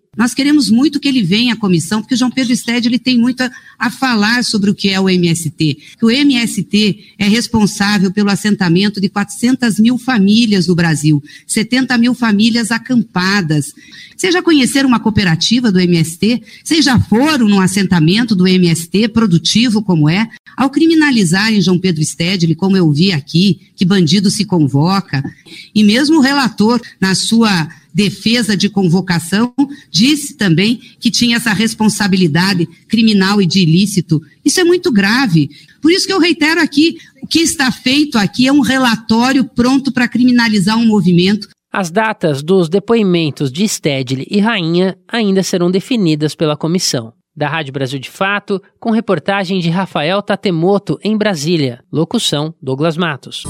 Nós queremos muito que ele venha à comissão, porque o João Pedro Stede ele tem muito a, a falar sobre o que é o M S T. O M S T é responsável pelo assentamento de quatrocentas mil famílias no Brasil, setenta mil famílias acampadas. Vocês já conheceram uma cooperativa do M S T? Vocês já foram num assentamento do M S T produtivo como é? Ao criminalizarem João Pedro Stedley, como eu vi aqui, que bandido se convoca, e mesmo o relator, na sua defesa de convocação, disse também que tinha essa responsabilidade criminal e de ilícito. Isso é muito grave. Por isso que eu reitero aqui, o que está feito aqui é um relatório pronto para criminalizar um movimento. As datas dos depoimentos de Stedley e Rainha ainda serão definidas pela comissão. Da Rádio Brasil de Fato, com reportagem de Rafael Tatemoto, em Brasília. Locução, Douglas Matos.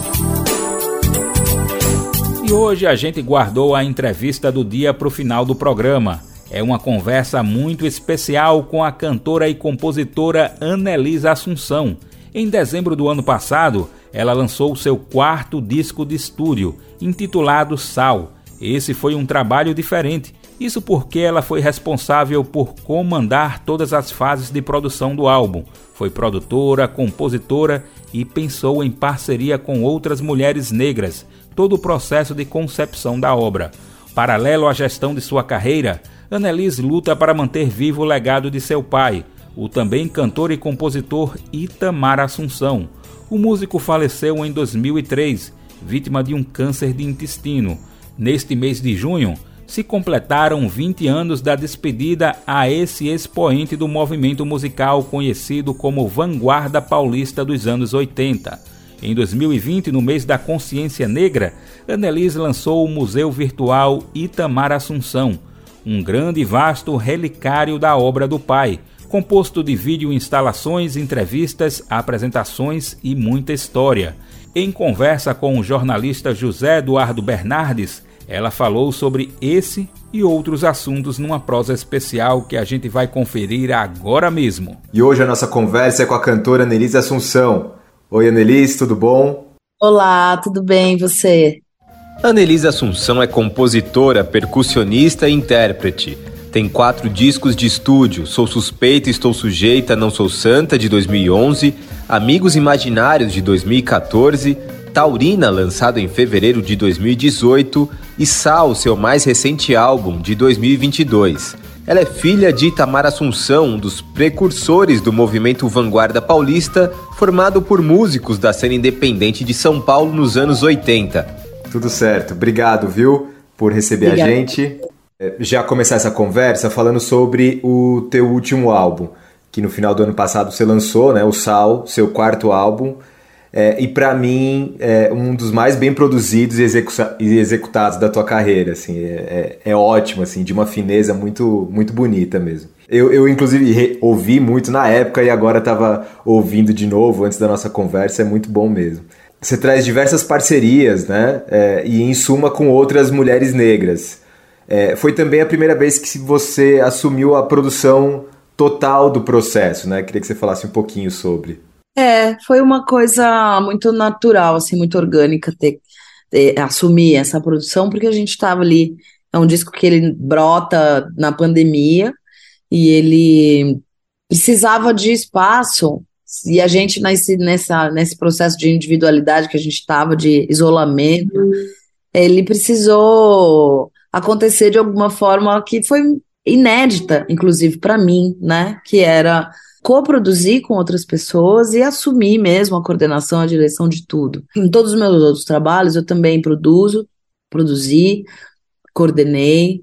E hoje a gente guardou a entrevista do dia para o final do programa. É uma conversa muito especial com a cantora e compositora Annelise Assunção. Em dezembro do ano passado, ela lançou seu quarto disco de estúdio, intitulado Sal. Esse foi um trabalho diferente. Isso porque ela foi responsável por comandar todas as fases de produção do álbum. Foi produtora, compositora e pensou em parceria com outras mulheres negras todo o processo de concepção da obra. Paralelo à gestão de sua carreira, Annelise luta para manter vivo o legado de seu pai, o também cantor e compositor Itamar Assunção. O músico faleceu em dois mil e três, vítima de um câncer de intestino. Neste mês de junho, se completaram vinte anos da despedida a esse expoente do movimento musical conhecido como Vanguarda Paulista dos anos oitenta. Em dois mil e vinte, no mês da Consciência Negra, Annelise lançou o Museu Virtual Itamar Assunção, um grande e vasto relicário da obra do pai, composto de vídeo instalações, entrevistas, apresentações e muita história. Em conversa com o jornalista José Eduardo Bernardes, ela falou sobre esse e outros assuntos numa prosa especial que a gente vai conferir agora mesmo. E hoje a nossa conversa é com a cantora Annelise Assunção. Oi, Annelise, tudo bom? Olá, tudo bem, e você? Annelise Assunção é compositora, percussionista e intérprete. Tem quatro discos de estúdio: Sou Suspeita, Estou Sujeita, Não Sou Santa, de dois mil e onze, Amigos Imaginários, de dois mil e quatorze, Taurina, lançado em fevereiro de dois mil e dezoito, e Sal, seu mais recente álbum, de dois mil e vinte e dois. Ela é filha de Itamar Assunção, um dos precursores do movimento Vanguarda Paulista, formado por músicos da cena independente de São Paulo nos anos oitenta. Tudo certo. Obrigado, viu, por receber Obrigada. a gente. Já começar essa conversa falando sobre o teu último álbum, que no final do ano passado você lançou, né, o Sal, seu quarto álbum. É, e para mim é um dos mais bem produzidos e, execu- e executados da tua carreira, assim, é, é, é ótimo, assim, de uma fineza muito, muito bonita mesmo. Eu, eu inclusive re- ouvi muito na época e agora estava ouvindo de novo antes da nossa conversa, é muito bom mesmo. Você traz diversas parcerias, né, é, e em suma com outras mulheres negras. É, foi também a primeira vez que você assumiu a produção total do processo, né? Queria que você falasse um pouquinho sobre. É, foi uma coisa muito natural, assim, muito orgânica ter, ter, assumir essa produção, porque a gente estava ali, é um disco que ele brota na pandemia e ele precisava de espaço, e a gente nesse, nessa, nesse processo de individualidade que a gente estava, de isolamento, ele precisou acontecer de alguma forma que foi inédita, inclusive para mim, né, que era coproduzir com outras pessoas e assumir mesmo a coordenação, a direção de tudo. Em todos os meus outros trabalhos eu também produzo, produzi, coordenei,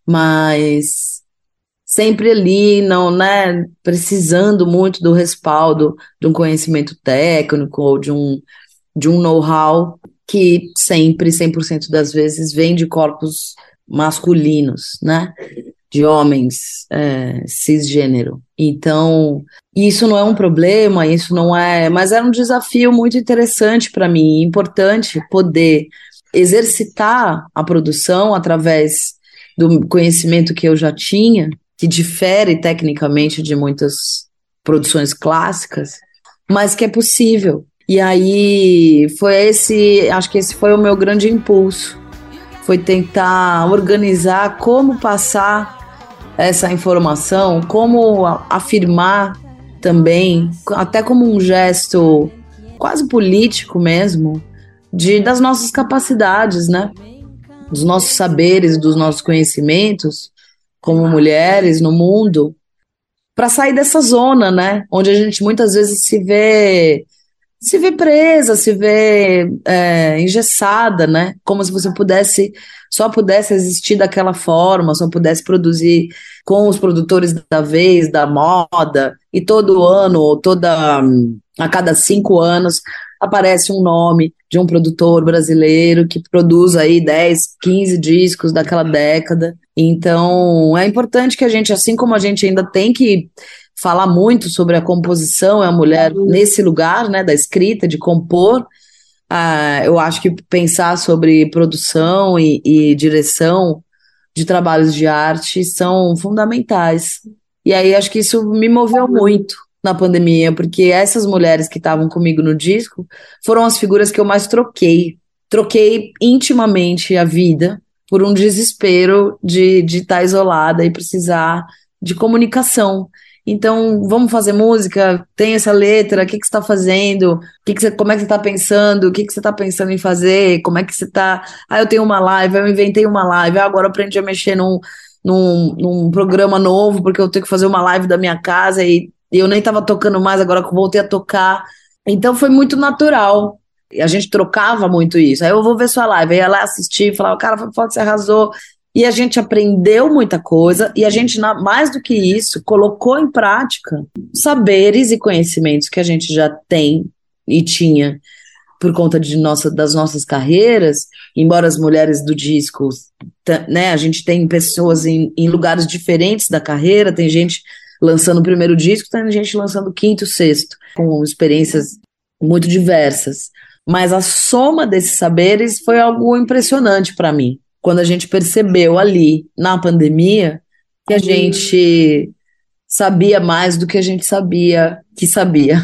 mas sempre ali, não, né, precisando muito do respaldo de um conhecimento técnico ou de um, de um know-how que sempre, cem por cento das vezes, vem de corpos masculinos, né? De homens é, cisgênero. Então, isso não é um problema, isso não é... Mas era um desafio muito interessante para mim, importante poder exercitar a produção através do conhecimento que eu já tinha, que difere tecnicamente de muitas produções clássicas, mas que é possível. E aí, foi esse... Acho que esse foi o meu grande impulso. Foi tentar organizar como passar essa informação, como afirmar também, até como um gesto quase político mesmo, de, das nossas capacidades, né? Dos nossos saberes, dos nossos conhecimentos, como mulheres no mundo, para sair dessa zona, né? Onde a gente muitas vezes se vê, se vê presa, se vê é, engessada, né? Como se você pudesse, só pudesse existir daquela forma, só pudesse produzir com os produtores da vez, da moda, e todo ano, ou toda, a cada cinco anos, aparece um nome de um produtor brasileiro que produz aí dez, quinze discos daquela década. Então, é importante que a gente, assim como a gente ainda tem que falar muito sobre a composição, é a mulher nesse lugar, né, da escrita, de compor, ah, eu acho que pensar sobre produção e, e direção de trabalhos de arte são fundamentais. E aí acho que isso me moveu muito na pandemia, porque essas mulheres que estavam comigo no disco foram as figuras que eu mais troquei. Troquei intimamente a vida por um desespero de de estar isolada e precisar de comunicação. Então, vamos fazer música? Tem essa letra, o que, que você está fazendo? O que que você, como é que você está pensando? O que, que você está pensando em fazer? Como é que você está... Ah, eu tenho uma live, eu inventei uma live, ah, agora eu aprendi a mexer num, num, num programa novo, porque eu tenho que fazer uma live da minha casa e, e eu nem estava tocando mais, agora que eu voltei a tocar. Então, foi muito natural. E a gente trocava muito isso. Aí eu vou ver sua live, aí ia lá assistir e falava, cara, foi foda, você arrasou. E a gente aprendeu muita coisa, e a gente, mais do que isso, colocou em prática saberes e conhecimentos que a gente já tem e tinha por conta de nossa, das nossas carreiras, embora as mulheres do disco, né, a gente tem pessoas em, em lugares diferentes da carreira, tem gente lançando o primeiro disco, tem gente lançando o quinto, sexto, com experiências muito diversas. Mas a soma desses saberes foi algo impressionante para mim. Quando a gente percebeu ali, na pandemia, que a gente sabia mais do que a gente sabia que sabia.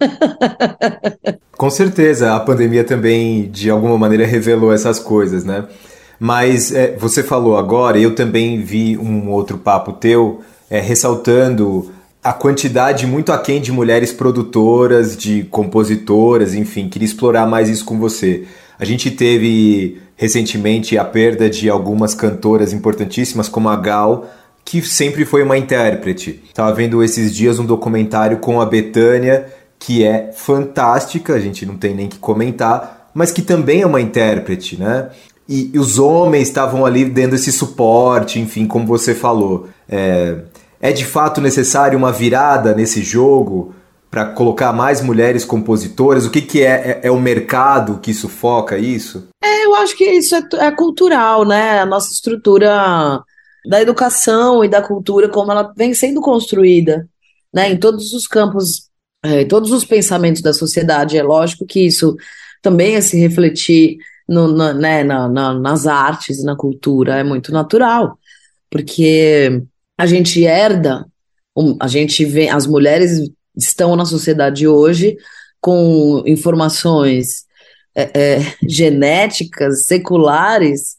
Com certeza, a pandemia também, de alguma maneira, revelou essas coisas, né? Mas é, você falou agora, eu também vi um outro papo teu, é, ressaltando a quantidade muito aquém de mulheres produtoras, de compositoras, enfim, queria explorar mais isso com você. A gente teve recentemente a perda de algumas cantoras importantíssimas, como a Gal, que sempre foi uma intérprete. Estava vendo esses dias um documentário com a Bethânia, que é fantástica, a gente não tem nem que comentar, mas que também é uma intérprete, né? E, e os homens estavam ali dando esse suporte, enfim, como você falou. É, é de fato necessário uma virada nesse jogo para colocar mais mulheres compositoras? O que, que é, é? É o mercado que sufoca isso? É, eu acho que isso é, é cultural, né? A nossa estrutura da educação e da cultura, como ela vem sendo construída, né? Em todos os campos, é, em todos os pensamentos da sociedade. É lógico que isso também é se refletir no, na, né, na, na, nas artes e na cultura, é muito natural, porque a gente herda, a gente vê, as mulheres estão na sociedade hoje com informações é, é, genéticas, seculares,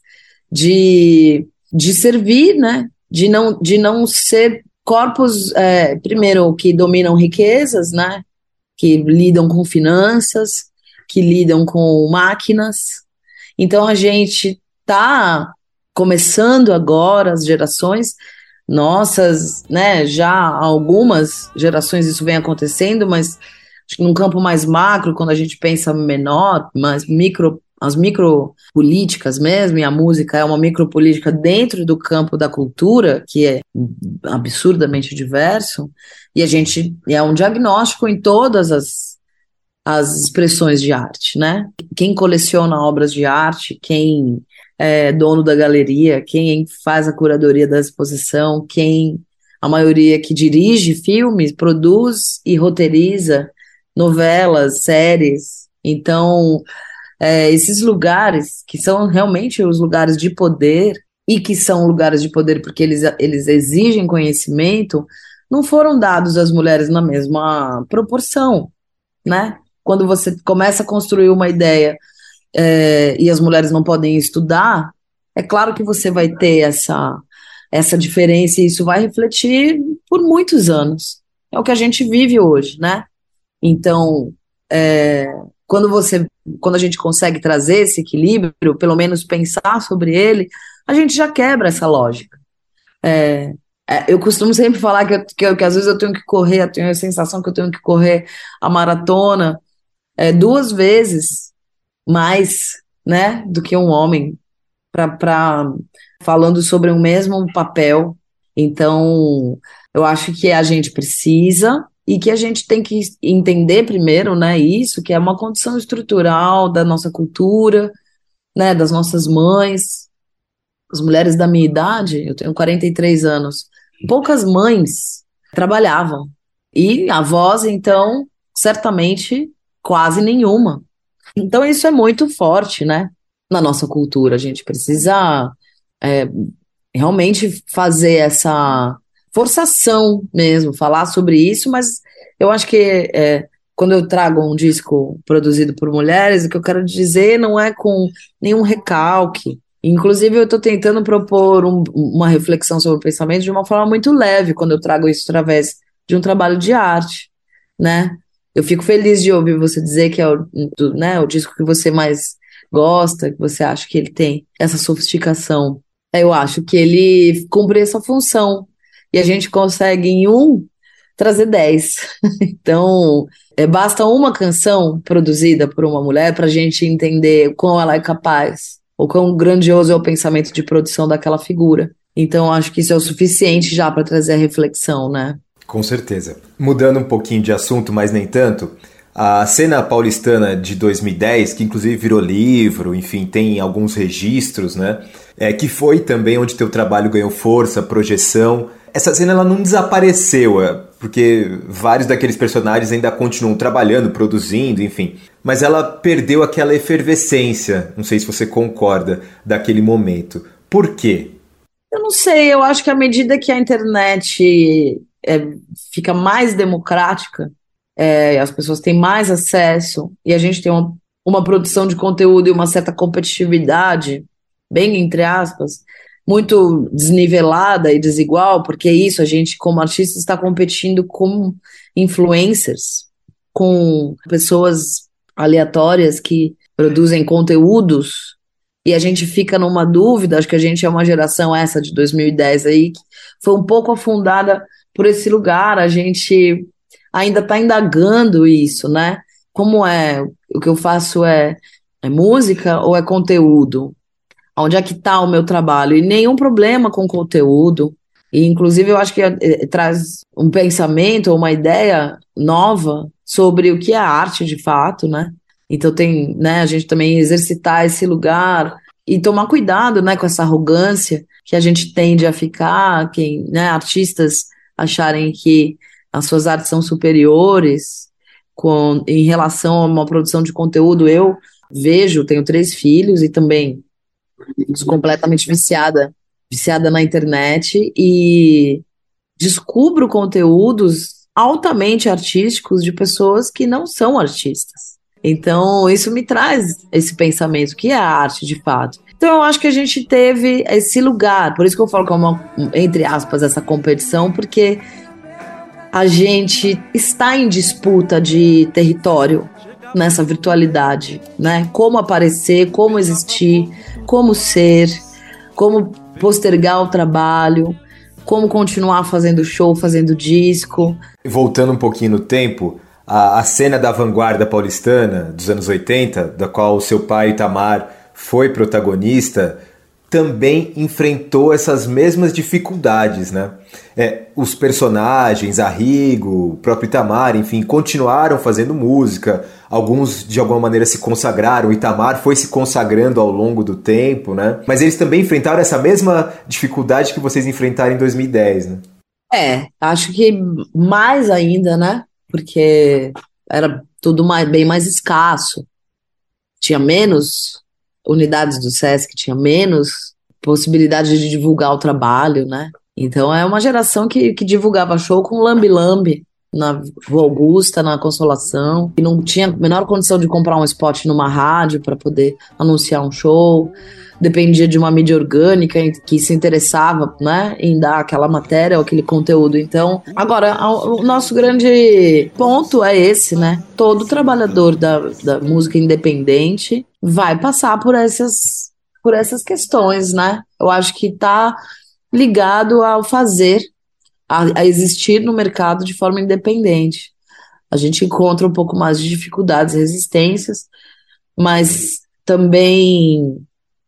de, de servir, né? De não, de não ser corpos, é, primeiro, que dominam riquezas, né? Que lidam com finanças, que lidam com máquinas. Então a gente está começando agora, as gerações nossas, né, já algumas gerações isso vem acontecendo, mas acho que num campo mais macro, quando a gente pensa menor, mais micro, as micropolíticas mesmo, e a música é uma micropolítica dentro do campo da cultura, que é absurdamente diverso, e a gente é um diagnóstico em todas as, as expressões de arte, né? Quem coleciona obras de arte, quem é dono da galeria, quem faz a curadoria da exposição, quem, a maioria que dirige filmes, produz e roteiriza novelas, séries. Então, é, esses lugares, que são realmente os lugares de poder, e que são lugares de poder porque eles, eles exigem conhecimento, não foram dados às mulheres na mesma proporção, né? Quando você começa a construir uma ideia É, e as mulheres não podem estudar, é claro que você vai ter essa, essa diferença, e isso vai refletir por muitos anos. É o que a gente vive hoje, né? Então, é, quando você, quando a gente consegue trazer esse equilíbrio, pelo menos pensar sobre ele, a gente já quebra essa lógica. É, é, eu costumo sempre falar que, eu, que, eu, que às vezes eu tenho que correr, eu tenho a sensação que eu tenho que correr a maratona é, duas vezes mais, né, do que um homem, pra, pra, falando sobre o mesmo papel. Então, eu acho que a gente precisa e que a gente tem que entender primeiro, né, isso, que é uma condição estrutural da nossa cultura, né, das nossas mães. As mulheres da minha idade, eu tenho quarenta e três anos, poucas mães trabalhavam. E avós, então, certamente, quase nenhuma. Então, isso é muito forte, né, na nossa cultura. A gente precisa é, realmente fazer essa forçação mesmo, falar sobre isso, mas eu acho que é, quando eu trago um disco produzido por mulheres, o que eu quero dizer não é com nenhum recalque. Inclusive, eu estou tentando propor um, uma reflexão sobre o pensamento de uma forma muito leve, quando eu trago isso através de um trabalho de arte, né? Eu fico feliz de ouvir você dizer que é o, do, né, o disco que você mais gosta, que você acha que ele tem essa sofisticação. Eu acho que ele cumpre essa função. E a gente consegue, em um, trazer dez. Então, é, basta uma canção produzida por uma mulher para a gente entender o quão ela é capaz, o quão grandioso é o pensamento de produção daquela figura. Então, acho que isso é o suficiente já para trazer a reflexão, né? Com certeza. Mudando um pouquinho de assunto, mas nem tanto, a cena paulistana de dois mil e dez, que inclusive virou livro, enfim, tem alguns registros, né? É, que foi também onde teu trabalho ganhou força, projeção. Essa cena ela não desapareceu, é, porque vários daqueles personagens ainda continuam trabalhando, produzindo, enfim. Mas ela perdeu aquela efervescência, não sei se você concorda, daquele momento. Por quê? Eu não sei, eu acho que à medida que a internet é, fica mais democrática, é, as pessoas têm mais acesso e a gente tem uma, uma produção de conteúdo e uma certa competitividade, bem entre aspas, muito desnivelada e desigual, porque é isso, a gente como artista está competindo com influencers, com pessoas aleatórias que produzem conteúdos, e a gente fica numa dúvida. Acho que a gente é uma geração, essa de dois mil e dez aí, que foi um pouco afundada por esse lugar, a gente ainda está indagando isso, né? Como é, o que eu faço é, é música ou é conteúdo? Onde é que está o meu trabalho? E nenhum problema com conteúdo. E, inclusive, eu acho que é, é, traz um pensamento ou uma ideia nova sobre o que é arte de fato, né? Então tem, né, a gente também exercitar esse lugar e tomar cuidado, né, com essa arrogância que a gente tende a ficar, quem, né, artistas acharem que as suas artes são superiores com, em relação a uma produção de conteúdo. Eu vejo, tenho três filhos e também completamente viciada, viciada na internet, e descubro conteúdos altamente artísticos de pessoas que não são artistas. Então, isso me traz esse pensamento, que é a arte de fato. Então, eu acho que a gente teve esse lugar, por isso que eu falo que é uma, entre aspas, essa competição, porque a gente está em disputa de território nessa virtualidade, né? Como aparecer, como existir, como ser, como postergar o trabalho, como continuar fazendo show, fazendo disco. Voltando um pouquinho no tempo, a, a cena da vanguarda paulistana dos anos oitenta, da qual o seu pai, Itamar, foi protagonista, também enfrentou essas mesmas dificuldades, né? É, os personagens, Arrigo, o próprio Itamar, enfim, continuaram fazendo música, alguns de alguma maneira se consagraram, o Itamar foi se consagrando ao longo do tempo, né? Mas eles também enfrentaram essa mesma dificuldade que vocês enfrentaram em dois mil e dez, né? É, acho que mais ainda, né? Porque era tudo mais, bem mais escasso, tinha menos unidades do Sesc, tinha menos possibilidade de divulgar o trabalho, né? Então é uma geração que, que divulgava show com lambe-lambe, na Rua Augusta, na Consolação, e não tinha a menor condição de comprar um spot numa rádio para poder anunciar um show. Dependia de uma mídia orgânica que se interessava, né, em dar aquela matéria ou aquele conteúdo. Então, agora, o nosso grande ponto é esse, né? Todo trabalhador da, da música independente vai passar por essas, por essas questões, né? Eu acho que está ligado ao fazer, a, a existir no mercado de forma independente. A gente encontra um pouco mais de dificuldades e resistências, mas também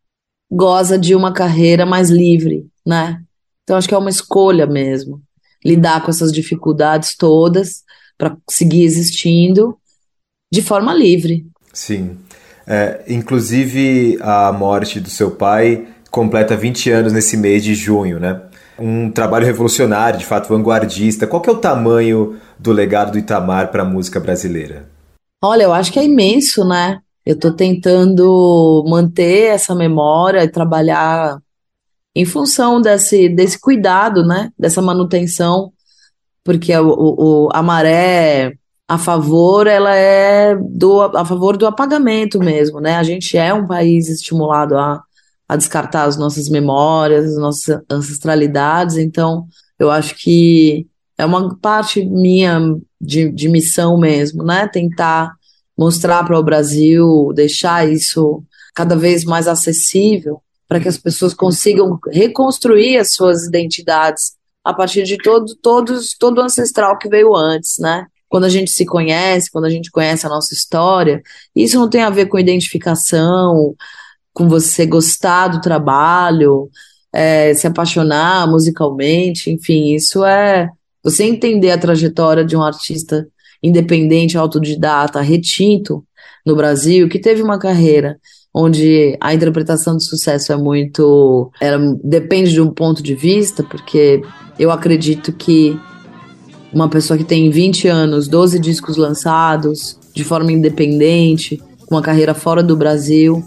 goza de uma carreira mais livre, né? Então acho que é uma escolha mesmo, lidar com essas dificuldades todas para seguir existindo de forma livre. Sim. É, inclusive a morte do seu pai completa vinte anos nesse mês de junho, né? Um trabalho revolucionário, de fato vanguardista. Qual que é o tamanho do legado do Itamar para a música brasileira? Olha, eu acho que é imenso, né? Eu estou tentando manter essa memória e trabalhar em função desse, desse cuidado, né? Dessa manutenção, porque o, o, a maré a favor, ela é do, a favor do apagamento mesmo, né? A gente é um país estimulado a, a descartar as nossas memórias, as nossas ancestralidades, então eu acho que é uma parte minha de, de missão mesmo, né? Tentar mostrar para o Brasil, deixar isso cada vez mais acessível, para que as pessoas consigam reconstruir as suas identidades a partir de todo, todos, todo o ancestral que veio antes, né? Quando a gente se conhece, quando a gente conhece a nossa história, isso não tem a ver com identificação, com você gostar do trabalho, é, se apaixonar musicalmente, enfim, isso é você entender a trajetória de um artista independente, autodidata, retinto no Brasil, que teve uma carreira onde a interpretação de sucesso é muito... Ela depende de um ponto de vista, porque eu acredito que uma pessoa que tem vinte anos, doze discos lançados, de forma independente, com uma carreira fora do Brasil,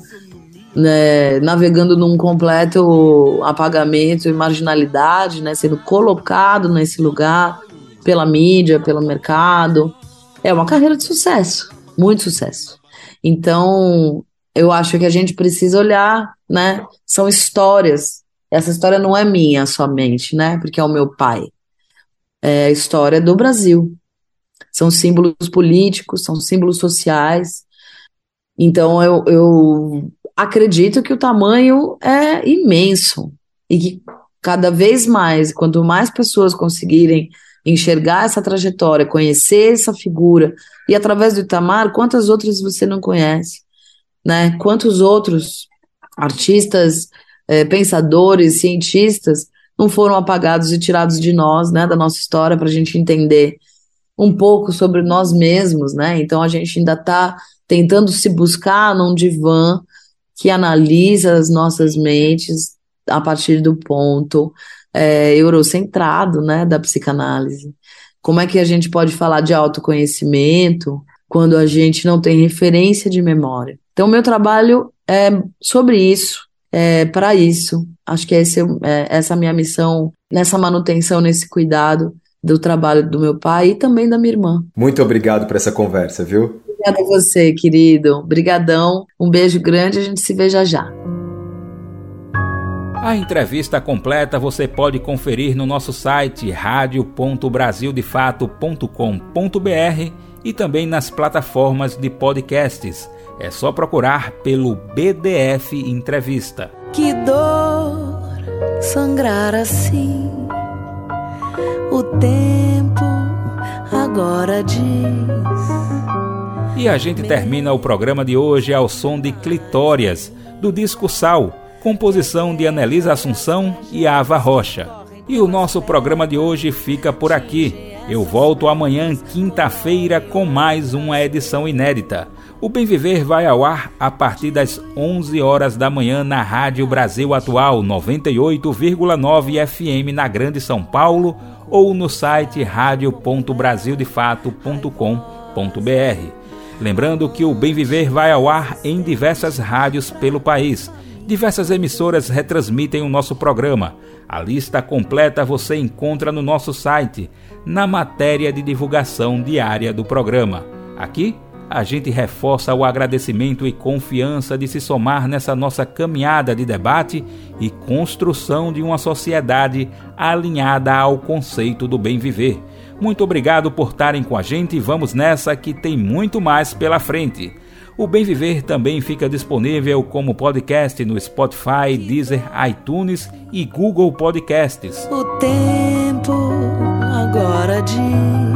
né, navegando num completo apagamento e marginalidade, né, sendo colocado nesse lugar pela mídia, pelo mercado, é uma carreira de sucesso, muito sucesso. Então, eu acho que a gente precisa olhar, né? São histórias. Essa história não é minha somente, né? Porque é o meu pai. É a história do Brasil. São símbolos políticos, são símbolos sociais. Então, eu, eu acredito que o tamanho é imenso. E que cada vez mais, quanto mais pessoas conseguirem enxergar essa trajetória, conhecer essa figura, e através do Itamar, quantas outras você não conhece, né? Quantos outros artistas, eh, pensadores, cientistas não foram apagados e tirados de nós, né, da nossa história, para a gente entender um pouco sobre nós mesmos, né? Então a gente ainda está tentando se buscar num divã que analisa as nossas mentes a partir do ponto É, eurocentrado, né, da psicanálise. Como é que a gente pode falar de autoconhecimento quando a gente não tem referência de memória? Então, meu trabalho é sobre isso, é para isso. Acho que esse é, essa é a minha missão, nessa manutenção, nesse cuidado do trabalho do meu pai e também da minha irmã. Muito obrigado por essa conversa, viu? Obrigada a você, querido. Obrigadão. Um beijo grande, a gente se vê já já. A entrevista completa você pode conferir no nosso site radio ponto brasil de fato ponto com ponto b r e também nas plataformas de podcasts. É só procurar pelo B D F Entrevista. Que dor sangrar assim, o tempo agora diz. E a gente termina o programa de hoje ao som de Clitórias, do disco Sal, composição de Anelisa Assunção e Ava Rocha. E o nosso programa de hoje fica por aqui. Eu volto amanhã, quinta-feira, com mais uma edição inédita. O Bem Viver vai ao ar a partir das onze horas da manhã na Rádio Brasil Atual noventa e oito vírgula nove F M na Grande São Paulo ou no site radio ponto brasil de fato ponto com ponto b r. Lembrando que o Bem Viver vai ao ar em diversas rádios pelo país, Diversas emissoras retransmitem o nosso programa. A lista completa você encontra no nosso site, na matéria de divulgação diária do programa. Aqui, a gente reforça o agradecimento e confiança de se somar nessa nossa caminhada de debate e construção de uma sociedade alinhada ao conceito do bem viver. Muito obrigado por estarem com a gente e vamos nessa que tem muito mais pela frente. O Bem Viver também fica disponível como podcast no Spotify, Deezer, iTunes e Google Podcasts. O tempo agora diz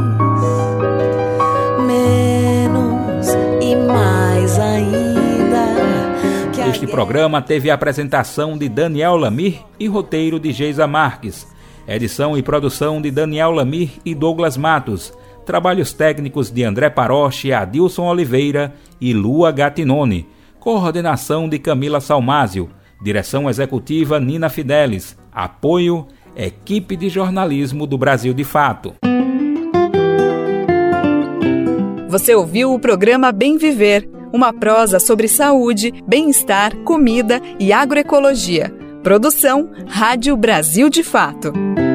menos e mais ainda. Que este programa teve a apresentação de Daniel Lamir e roteiro de Geisa Marques. Edição e produção de Daniel Lamir e Douglas Matos. Trabalhos técnicos de André Paroche, Adilson Oliveira e Lua Gattinone. Coordenação de Camila Salmásio. Direção executiva Nina Fidelis. Apoio Equipe de Jornalismo do Brasil de Fato. Você ouviu o programa Bem Viver, uma prosa sobre saúde, bem-estar, comida e agroecologia. Produção Rádio Brasil de Fato.